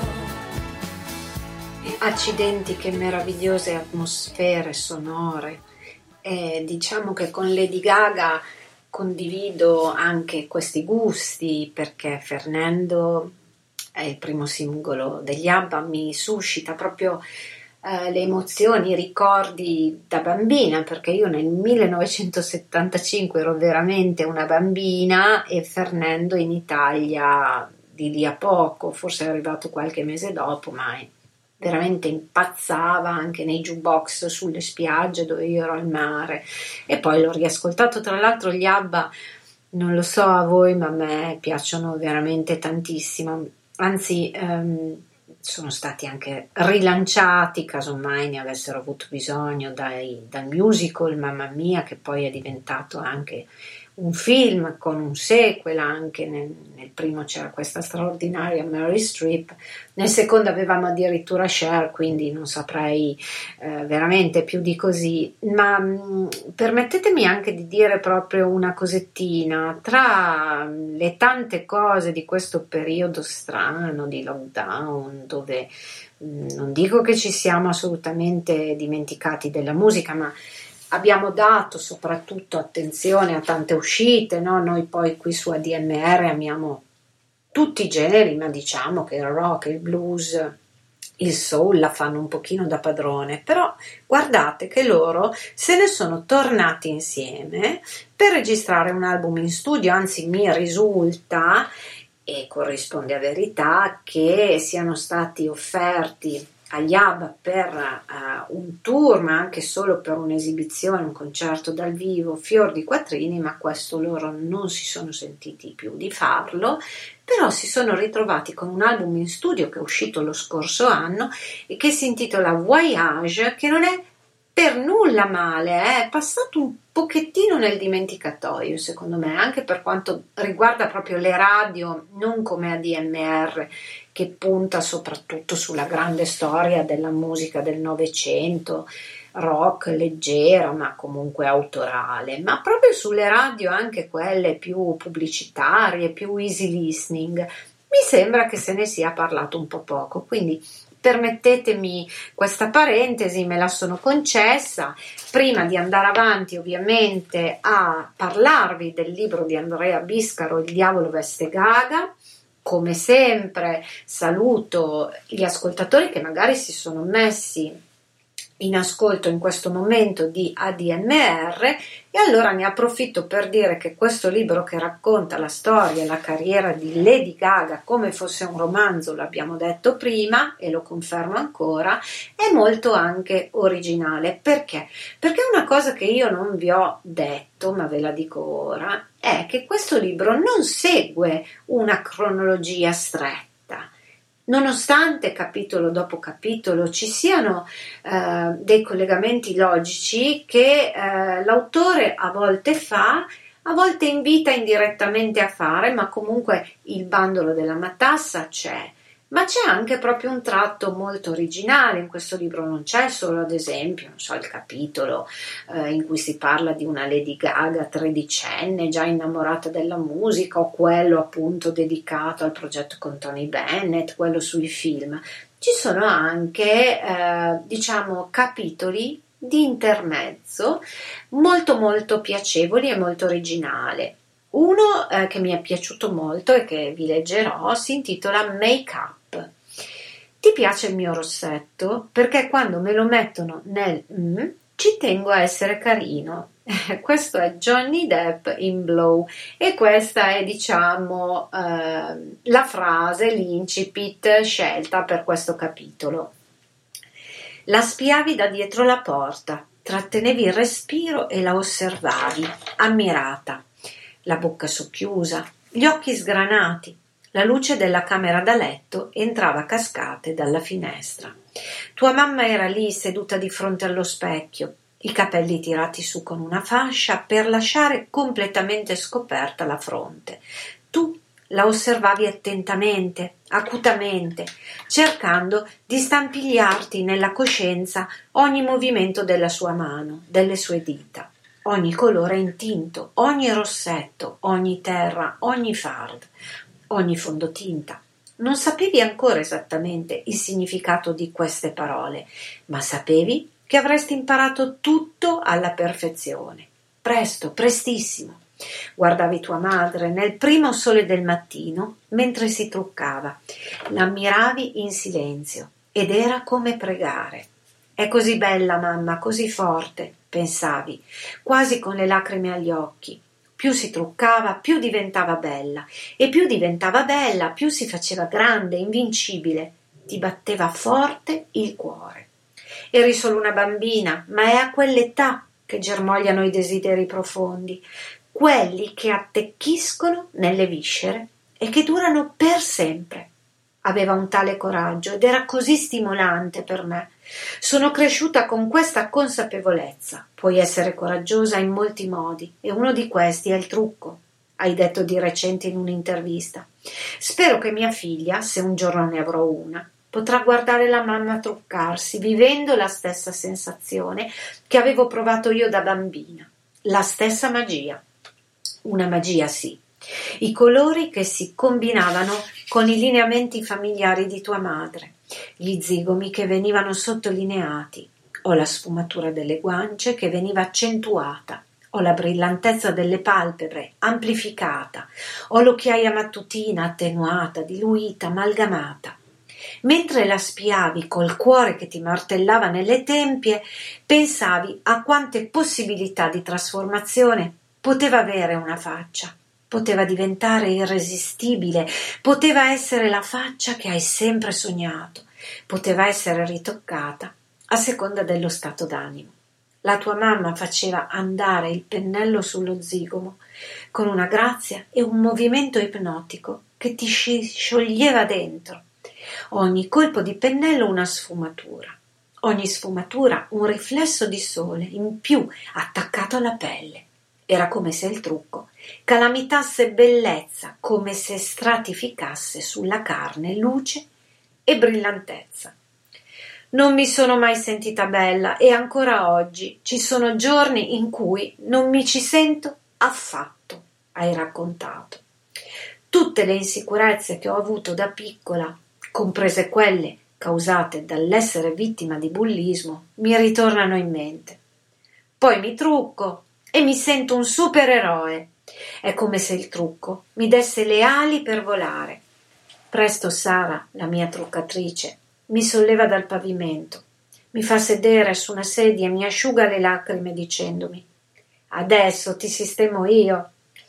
Accidenti, che meravigliose atmosfere sonore. Diciamo che con Lady Gaga condivido anche questi gusti, perché Fernando è il primo singolo degli ABBA, mi suscita proprio le emozioni, i ricordi da bambina, perché io nel 1975 ero veramente una bambina e Fernando in Italia di lì a poco, forse è arrivato qualche mese dopo, ma veramente impazzava anche nei jukebox sulle spiagge dove io ero al mare. E poi l'ho riascoltato, tra l'altro gli ABBA, non lo so a voi, ma a me piacciono veramente tantissimo, anzi sono stati anche rilanciati, casomai ne avessero avuto bisogno, dal musical Mamma Mia, che poi è diventato anche un film con un sequel anche, nel primo c'era questa straordinaria Mary Streep, nel secondo avevamo addirittura Cher, quindi non saprei veramente più di così, ma permettetemi anche di dire proprio una cosettina, tra le tante cose di questo periodo strano di lockdown, dove non dico che ci siamo assolutamente dimenticati della musica, ma abbiamo dato soprattutto attenzione a tante uscite, no? Noi poi qui su ADMR amiamo tutti i generi, ma diciamo che il rock, il blues, il soul la fanno un pochino da padrone, però guardate che loro se ne sono tornati insieme per registrare un album in studio, anzi mi risulta, e corrisponde a verità, che siano stati offerti agli ABBA per un tour, ma anche solo per un'esibizione, un concerto dal vivo, fior di quattrini, ma questo loro non si sono sentiti più di farlo, però si sono ritrovati con un album in studio che è uscito lo scorso anno e che si intitola Voyage, che non è per nulla male, è passato un pochettino nel dimenticatoio secondo me, anche per quanto riguarda proprio le radio, non come ADMR che punta soprattutto sulla grande storia della musica del Novecento, rock leggera ma comunque autorale, ma proprio sulle radio anche quelle più pubblicitarie, più easy listening, mi sembra che se ne sia parlato un po' poco, quindi permettetemi questa parentesi, me la sono concessa, prima di andare avanti ovviamente a parlarvi del libro di Andrea Biscaro, Il diavolo veste Gaga. Come sempre saluto gli ascoltatori che magari si sono messi in ascolto in questo momento di ADMR, e allora ne approfitto per dire che questo libro, che racconta la storia e la carriera di Lady Gaga come fosse un romanzo, l'abbiamo detto prima e lo confermo ancora, è molto anche originale. Perché? Perché una cosa che io non vi ho detto, ma ve la dico ora, è che questo libro non segue una cronologia stretta. Nonostante capitolo dopo capitolo ci siano dei collegamenti logici che l'autore a volte fa, a volte invita indirettamente a fare, ma comunque il bandolo della matassa c'è. Ma c'è anche proprio un tratto molto originale in questo libro, non c'è solo, ad esempio, non so, il capitolo in cui si parla di una Lady Gaga tredicenne già innamorata della musica, o quello appunto dedicato al progetto con Tony Bennett, quello sui film. Ci sono anche diciamo capitoli di intermezzo molto molto piacevoli e molto originali. Uno che mi è piaciuto molto e che vi leggerò si intitola Make Up. Ti piace il mio rossetto? Perché quando me lo mettono nel ci tengo a essere carino. Questo è Johnny Depp in Blow e questa è, diciamo, la frase, l'incipit scelta per questo capitolo. La spiavi da dietro la porta, trattenevi il respiro e la osservavi, ammirata. La bocca socchiusa, gli occhi sgranati, la luce della camera da letto entrava a cascate dalla finestra. Tua mamma era lì seduta di fronte allo specchio, i capelli tirati su con una fascia per lasciare completamente scoperta la fronte. Tu la osservavi attentamente, acutamente, cercando di stampigliarti nella coscienza ogni movimento della sua mano, delle sue dita. Ogni colore intinto, ogni rossetto, ogni terra, ogni fard, ogni fondotinta. Non sapevi ancora esattamente il significato di queste parole, ma sapevi che avresti imparato tutto alla perfezione. Presto, prestissimo. Guardavi tua madre nel primo sole del mattino mentre si truccava. L'ammiravi in silenzio ed era come pregare. È così bella mamma, così forte, pensavi, quasi con le lacrime agli occhi. Più si truccava, più diventava bella, e più diventava bella, più si faceva grande, invincibile. Ti batteva forte il cuore. Eri solo una bambina, ma è a quell'età che germogliano i desideri profondi, quelli che attecchiscono nelle viscere e che durano per sempre. Aveva un tale coraggio ed era così stimolante per me. Sono cresciuta con questa consapevolezza. Puoi essere coraggiosa in molti modi e uno di questi è il trucco, hai detto di recente in un'intervista. Spero che mia figlia, se un giorno ne avrò una, potrà guardare la mamma truccarsi, vivendo la stessa sensazione che avevo provato io da bambina, la stessa magia. Una magia, sì. I colori che si combinavano con i lineamenti familiari di tua madre, gli zigomi che venivano sottolineati, o la sfumatura delle guance che veniva accentuata, o la brillantezza delle palpebre amplificata, o l'occhiaia mattutina attenuata, diluita, amalgamata. Mentre la spiavi col cuore che ti martellava nelle tempie, pensavi a quante possibilità di trasformazione poteva avere una faccia. Poteva diventare irresistibile, poteva essere la faccia che hai sempre sognato, poteva essere ritoccata a seconda dello stato d'animo. La tua mamma faceva andare il pennello sullo zigomo con una grazia e un movimento ipnotico che ti scioglieva dentro. Ogni colpo di pennello una sfumatura, ogni sfumatura un riflesso di sole in più attaccato alla pelle. Era come se il trucco calamitasse bellezza, come se stratificasse sulla carne luce e brillantezza. Non mi sono mai sentita bella e ancora oggi ci sono giorni in cui non mi ci sento affatto, hai raccontato. Tutte le insicurezze che ho avuto da piccola, comprese quelle causate dall'essere vittima di bullismo, mi ritornano in mente. Poi mi trucco e mi sento un supereroe. È come se il trucco mi desse le ali per volare. Presto Sara, la mia truccatrice, mi solleva dal pavimento, mi fa sedere su una sedia e mi asciuga le lacrime dicendomi: adesso ti sistemo io.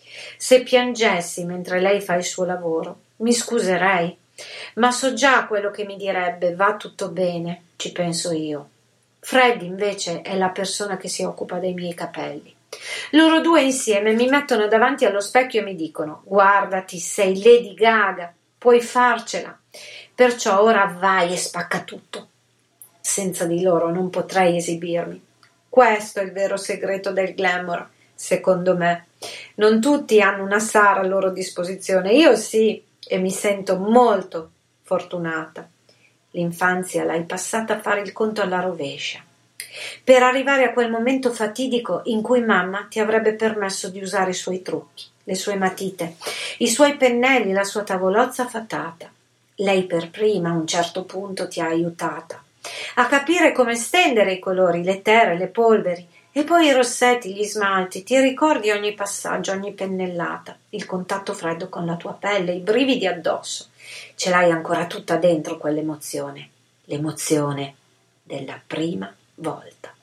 Se piangessi mentre lei fa il suo lavoro, mi scuserei, ma so già quello che mi direbbe: va tutto bene, ci penso io. Freddy invece è la persona che si occupa dei miei capelli. Loro due insieme mi mettono davanti allo specchio e mi dicono: guardati, sei Lady Gaga, puoi farcela, perciò ora vai e spacca tutto. Senza di loro non potrei esibirmi. Questo è il vero segreto del glamour, secondo me. Non tutti hanno una Sara a loro disposizione, io sì, e mi sento molto fortunata. L'infanzia l'hai passata a fare il conto alla rovescia, per arrivare a quel momento fatidico in cui mamma ti avrebbe permesso di usare i suoi trucchi, le sue matite, i suoi pennelli, la sua tavolozza fatata. Lei per prima a un certo punto ti ha aiutata a capire come stendere i colori, le terre, le polveri, e poi i rossetti, gli smalti. Ti ricordi ogni passaggio, ogni pennellata, il contatto freddo con la tua pelle, i brividi addosso. Ce l'hai ancora tutta dentro quell'emozione, l'emozione della prima volta.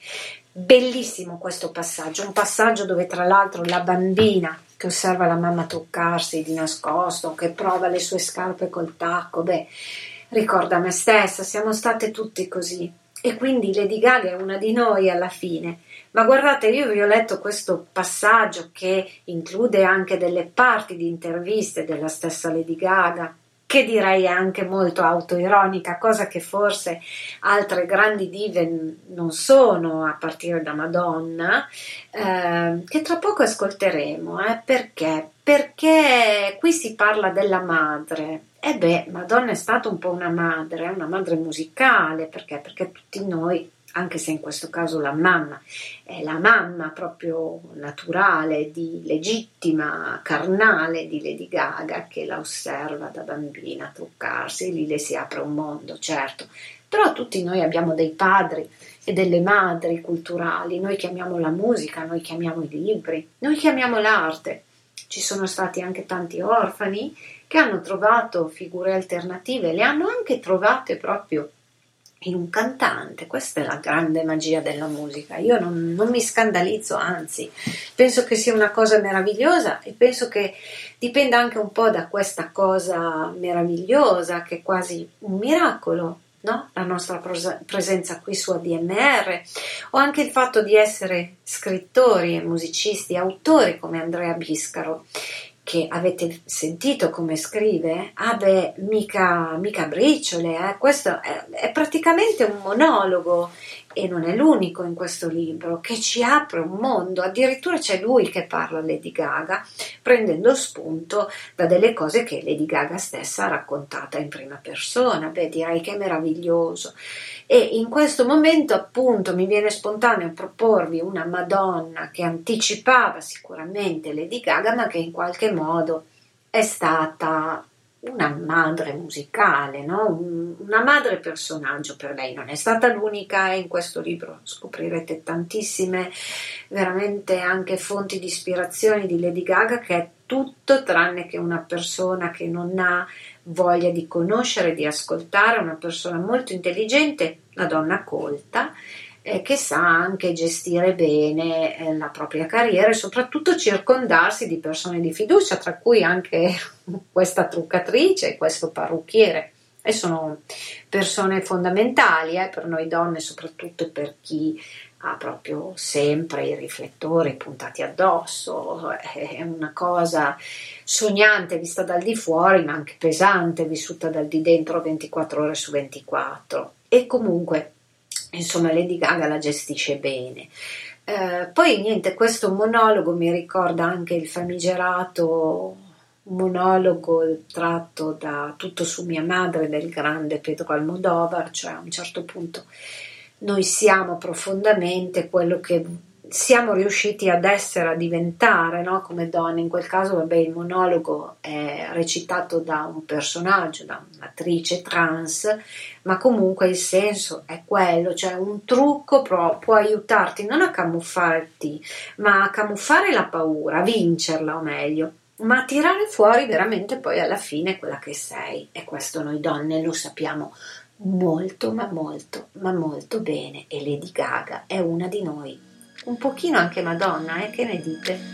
Bellissimo questo passaggio, un passaggio dove tra l'altro la bambina che osserva la mamma toccarsi di nascosto, che prova le sue scarpe col tacco, ricorda me stessa, siamo state tutti così, e quindi Lady Gaga è una di noi alla fine. Ma guardate, io vi ho letto questo passaggio che include anche delle parti di interviste della stessa Lady Gaga, che direi è anche molto autoironica, cosa che forse altre grandi dive non sono, a partire da Madonna, che tra poco ascolteremo. Perché? Perché qui si parla della madre. Madonna è stata un po' una madre musicale, perché tutti noi, anche se in questo caso la mamma è la mamma proprio naturale, legittima, carnale di Lady Gaga, che la osserva da bambina truccarsi, e lì le si apre un mondo, certo, però tutti noi abbiamo dei padri e delle madri culturali, noi chiamiamo la musica, noi chiamiamo i libri, noi chiamiamo l'arte. Ci sono stati anche tanti orfani che hanno trovato figure alternative, le hanno anche trovate proprio in un cantante. Questa è la grande magia della musica. Io non mi scandalizzo, anzi, penso che sia una cosa meravigliosa, e penso che dipenda anche un po' da questa cosa meravigliosa, che è quasi un miracolo, no? La nostra presenza qui su ADMR, o anche il fatto di essere scrittori e musicisti, autori come Andrea Biscaro. che avete sentito come scrive, beh, mica briciole, questo è praticamente un monologo e non è l'unico in questo libro, che ci apre un mondo. Addirittura c'è lui che parla a Lady Gaga, prendendo spunto da delle cose che Lady Gaga stessa ha raccontata in prima persona. Beh, direi che è meraviglioso. E in questo momento appunto mi viene spontaneo proporvi una Madonna che anticipava sicuramente Lady Gaga, ma che in qualche modo è stata una madre musicale, no? Una madre personaggio per lei. Non è stata l'unica, e in questo libro scoprirete tantissime veramente anche fonti di ispirazione di Lady Gaga, che è tutto tranne che una persona che non ha voglia di conoscere, di ascoltare, una persona molto intelligente, una donna colta, che sa anche gestire bene la propria carriera e soprattutto circondarsi di persone di fiducia, tra cui anche questa truccatrice e questo parrucchiere. E sono persone fondamentali per noi donne, soprattutto per chi ha proprio sempre i riflettori puntati addosso. È una cosa sognante vista dal di fuori, ma anche pesante vissuta dal di dentro 24 ore su 24. E comunque, insomma, Lady Gaga la gestisce bene. Poi niente, questo monologo mi ricorda anche il famigerato monologo tratto da Tutto su mia madre del grande Pedro Almodóvar, cioè a un certo punto noi siamo profondamente quello che siamo riusciti ad essere, a diventare, no? Come donne. In quel caso, vabbè, il monologo è recitato da un personaggio, da un'attrice trans, ma comunque il senso è quello, cioè un trucco può aiutarti non a camuffarti, ma a camuffare la paura, a vincerla o meglio, ma a tirare fuori veramente poi alla fine quella che sei. E questo noi donne lo sappiamo molto, ma molto, ma molto bene, e Lady Gaga è una di noi. Un pochino anche Madonna, che ne dite?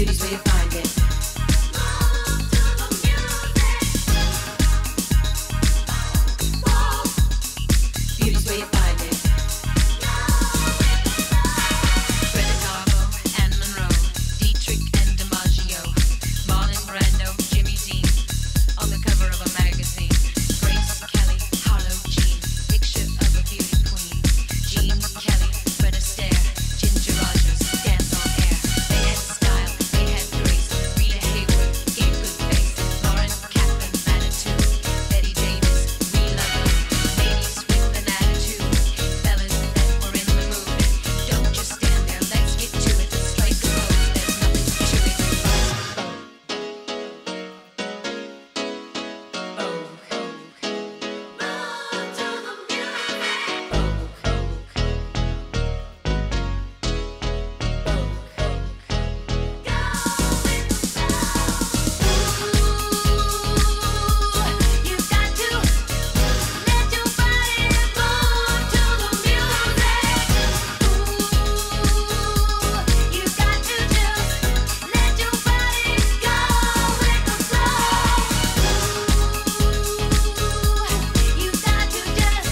Beauty's where you find it. Beauty's where you find it. Greta Garbo and Monroe, Dietrich and DiMaggio, Marlon Brando, Jimmy Dean, on the cover of a magazine. Grace Kelly, Harlow Jean, picture of a beauty queen. Jean Kelly, Fred Astaire, Ginger Rogers, dance on air. They had style, they had grace. Rita Hayworth gave good face. Lauren Catherine, Manitou, Betty Davis, we love her. Ladies with an attitude, fellas that were in the mood. Don't just stand there, let's get to it. Strike a pose, there's nothing to it. You got to let your body move to the music. You got to just let your body go with the flow. You got to just.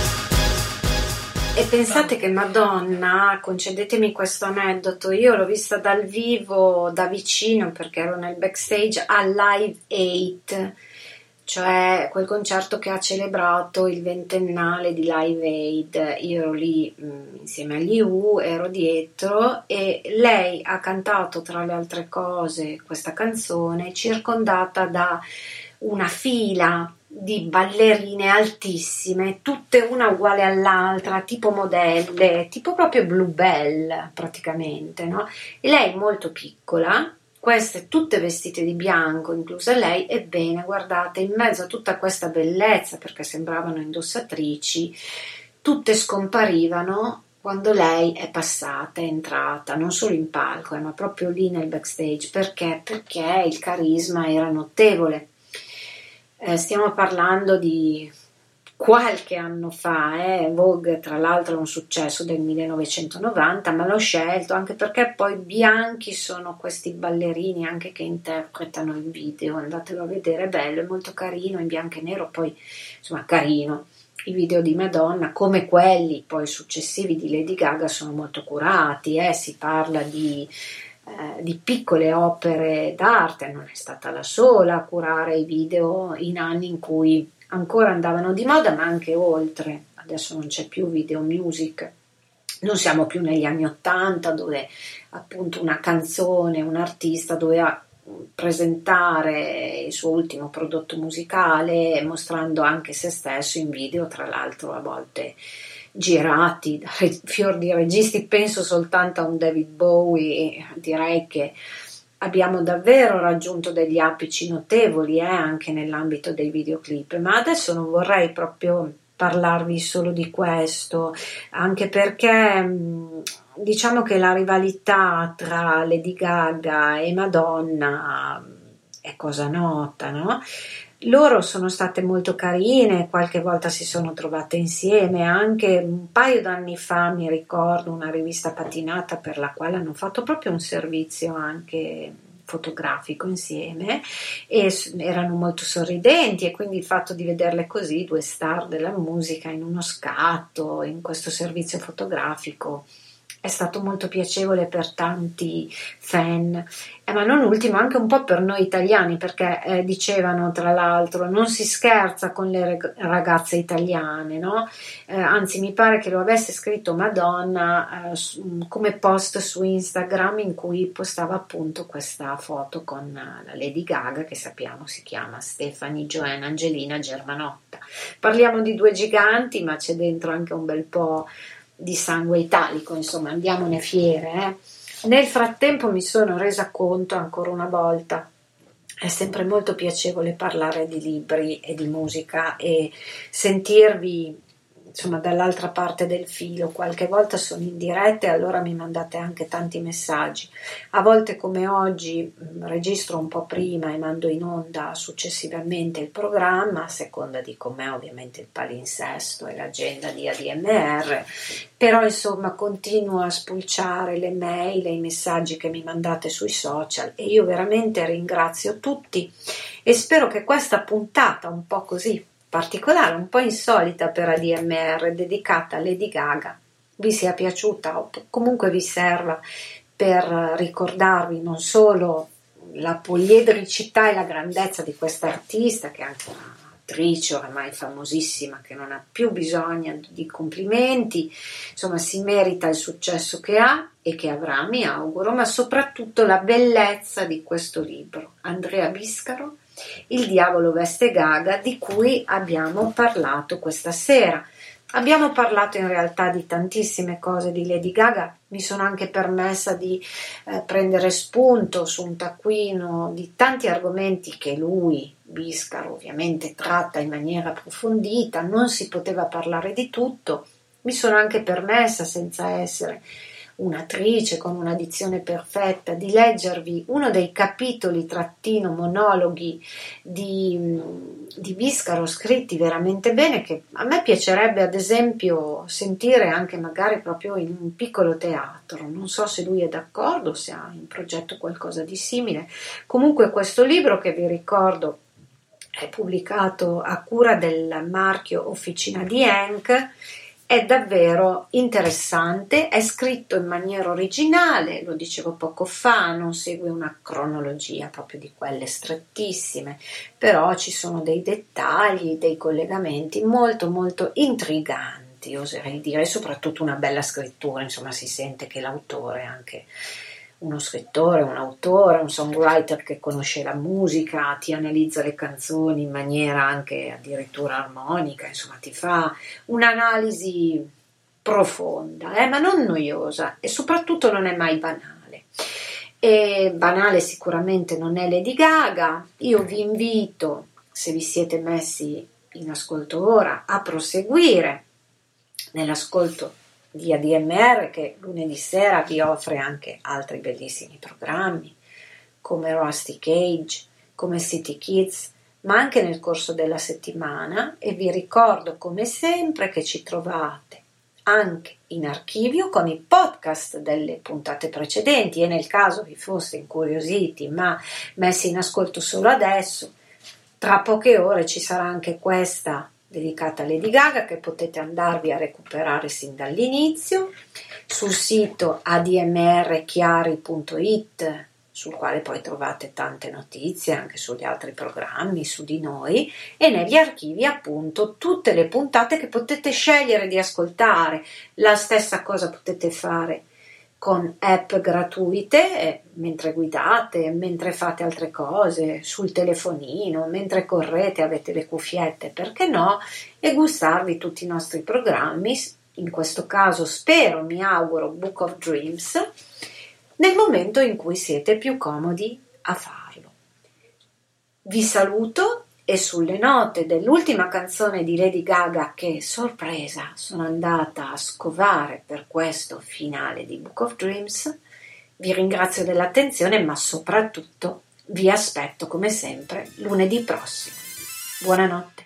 E pensate che Madonna, concedetemi questo aneddoto, io l'ho vista dal vivo, da vicino, perché ero nel backstage al Live 8, cioè quel concerto che ha celebrato il ventennale di Live 8. Io ero lì insieme agli U, ero dietro e lei ha cantato tra le altre cose questa canzone circondata da una fila di ballerine altissime, tutte una uguale all'altra, tipo modelle, tipo proprio Bluebell praticamente, no? E lei molto piccola, queste tutte vestite di bianco, inclusa lei. Ebbene, guardate, in mezzo a tutta questa bellezza, perché sembravano indossatrici, tutte scomparivano quando lei è passata, è entrata, non solo in palco, ma proprio lì nel backstage. Perché? Perché il carisma era notevole. Stiamo parlando di qualche anno fa, Vogue tra l'altro è un successo del 1990, ma l'ho scelto anche perché poi bianchi sono questi ballerini anche che interpretano il video, andatelo a vedere, è bello, è molto carino, in bianco e nero, poi insomma carino. I video di Madonna, come quelli poi successivi di Lady Gaga, sono molto curati, si parla di piccole opere d'arte, non è stata la sola a curare i video in anni in cui ancora andavano di moda, ma anche oltre. Adesso non c'è più video music, non siamo più negli anni '80 dove appunto una canzone, un artista doveva presentare il suo ultimo prodotto musicale mostrando anche se stesso in video, tra l'altro a volte girati da fior di registi. Penso soltanto a un David Bowie. Direi che abbiamo davvero raggiunto degli apici notevoli anche nell'ambito dei videoclip, ma adesso non vorrei proprio parlarvi solo di questo, anche perché diciamo che la rivalità tra Lady Gaga e Madonna è cosa nota, no? Loro sono state molto carine, qualche volta si sono trovate insieme, anche un paio d'anni fa mi ricordo una rivista patinata per la quale hanno fatto proprio un servizio anche fotografico insieme e erano molto sorridenti, e quindi il fatto di vederle così, due star della musica in uno scatto, in questo servizio fotografico, è stato molto piacevole per tanti fan, ma non ultimo anche un po' per noi italiani, perché dicevano tra l'altro non si scherza con le ragazze italiane, no? Anzi mi pare che lo avesse scritto Madonna come post su Instagram, in cui postava appunto questa foto con la Lady Gaga, che sappiamo si chiama Stephanie Joanne Angelina Germanotta. Parliamo di due giganti, ma c'è dentro anche un bel po' di sangue italico, insomma, andiamone fiere. Nel frattempo mi sono resa conto ancora una volta, è sempre molto piacevole parlare di libri e di musica e sentirvi insomma dall'altra parte del filo, qualche volta sono in diretta e allora mi mandate anche tanti messaggi, a volte come oggi registro un po' prima e mando in onda successivamente il programma a seconda di com'è ovviamente il palinsesto e l'agenda di ADMR, però insomma continuo a spulciare le mail e i messaggi che mi mandate sui social e io veramente ringrazio tutti e spero che questa puntata un po' così particolare, un po' insolita per ADMR, dedicata a Lady Gaga, vi sia piaciuta o comunque vi serva per ricordarvi non solo la poliedricità e la grandezza di questa artista, che è anche un'attrice oramai famosissima, che non ha più bisogno di complimenti, insomma si merita il successo che ha e che avrà, mi auguro, ma soprattutto la bellezza di questo libro, Andrea Biscaro, Il diavolo veste Gaga, di cui abbiamo parlato questa sera. Abbiamo parlato in realtà di tantissime cose di Lady Gaga, mi sono anche permessa di prendere spunto su un taccuino di tanti argomenti che lui, Biscaro, ovviamente tratta in maniera approfondita, non si poteva parlare di tutto, mi sono anche permessa, senza essere un'attrice con una dizione perfetta, di leggervi uno dei capitoli trattino monologhi di Biscaro scritti veramente bene, che a me piacerebbe ad esempio sentire anche magari proprio in un piccolo teatro, non so se lui è d'accordo, se ha in progetto qualcosa di simile. Comunque questo libro, che vi ricordo è pubblicato a cura del marchio Officina di Henk, è davvero interessante, è scritto in maniera originale, lo dicevo poco fa, non segue una cronologia proprio di quelle strettissime, però ci sono dei dettagli, dei collegamenti molto molto intriganti, oserei dire, e soprattutto una bella scrittura, insomma si sente che l'autore è anche uno scrittore, un autore, un songwriter che conosce la musica, ti analizza le canzoni in maniera anche addirittura armonica, insomma ti fa un'analisi profonda, ma non noiosa e soprattutto non è mai banale. E banale sicuramente non è Lady Gaga. Io vi invito, se vi siete messi in ascolto ora, a proseguire nell'ascolto di ADMR, che lunedì sera vi offre anche altri bellissimi programmi come Rusty Cage, come City Kids, ma anche nel corso della settimana, e vi ricordo come sempre che ci trovate anche in archivio con i podcast delle puntate precedenti, e nel caso vi foste incuriositi ma messi in ascolto solo adesso, tra poche ore ci sarà anche questa dedicata a Lady Gaga, che potete andarvi a recuperare sin dall'inizio sul sito admrchiari.it, sul quale poi trovate tante notizie anche sugli altri programmi, su di noi, e negli archivi appunto tutte le puntate che potete scegliere di ascoltare. La stessa cosa potete fare con app gratuite mentre guidate, mentre fate altre cose, sul telefonino, mentre correte, avete le cuffiette, perché no, e gustarvi tutti i nostri programmi, in questo caso spero, mi auguro, Book of Dreams, nel momento in cui siete più comodi a farlo. Vi saluto e sulle note dell'ultima canzone di Lady Gaga, che sorpresa sono andata a scovare per questo finale di Book of Dreams, vi ringrazio dell'attenzione, ma soprattutto vi aspetto come sempre lunedì prossimo. Buonanotte.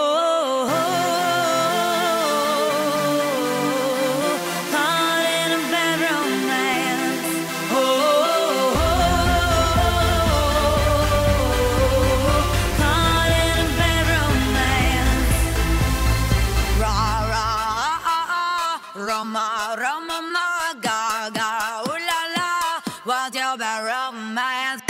Roma, Roma, ma, Gaga, ooh la la, what's your bad romance?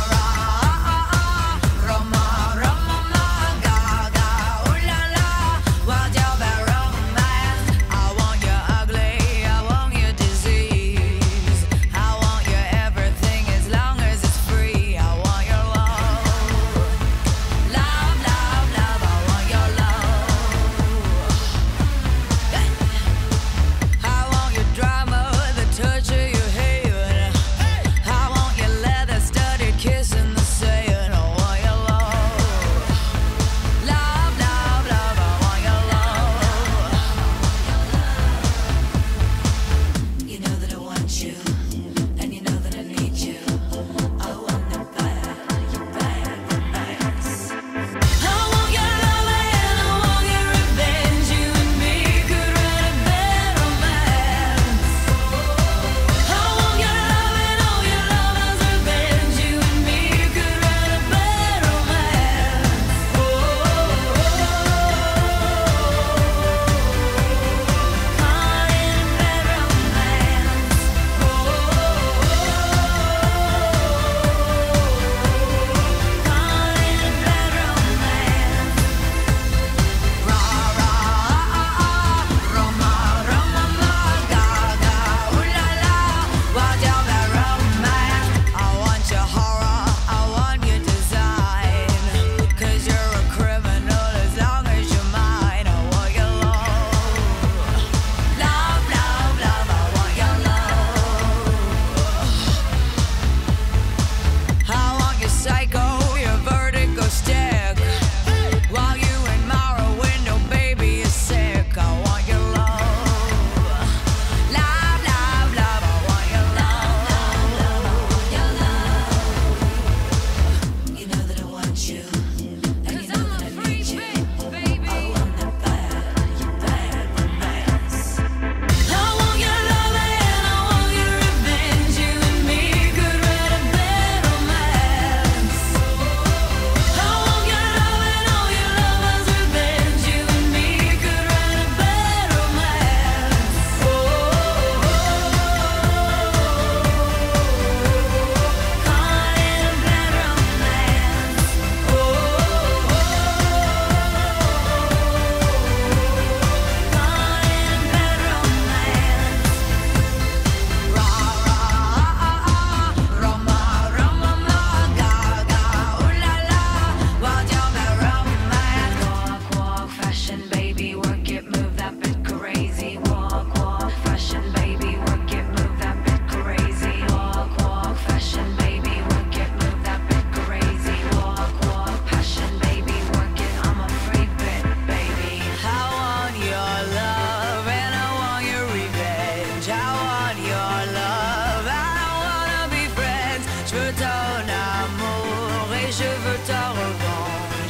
Roma, Roma, ma, Gaga, ooh la la, what's your bad romance? I want you ugly, I want you disease, I want you everything as long as it's free. I want your love, love, love, love. I want your love. I want your drama, the touch of your hair. I want your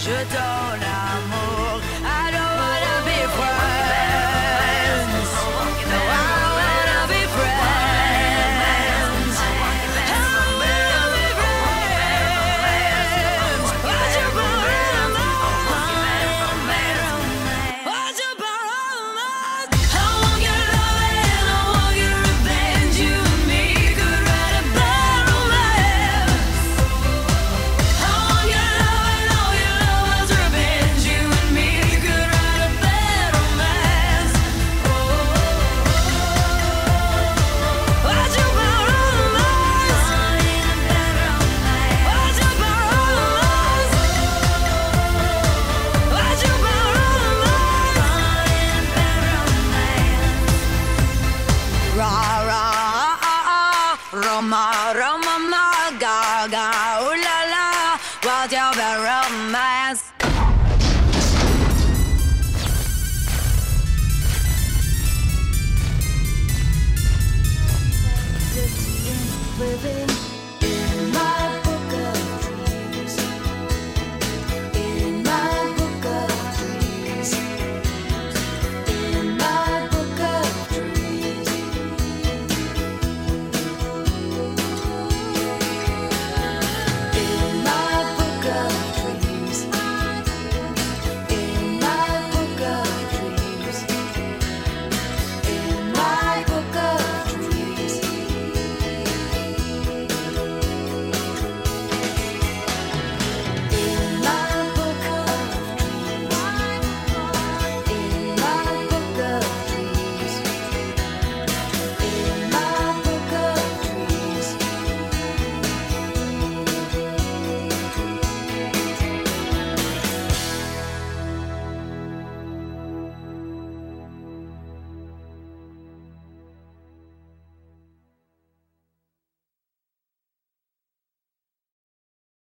Je donne l'amour. I don't wanna be friends. No, I wanna be friends. I wanna be friends. What you borrow? What you borrow? I want your love and I want your revenge. You and me could write a bad romance. I want your love and all your love's revenge. You and me could write a bad romance. What you borrow? What you borrow? What you borrow? Ra ra Roma Roma ma ga ga ooh la la. What's your bad romance? With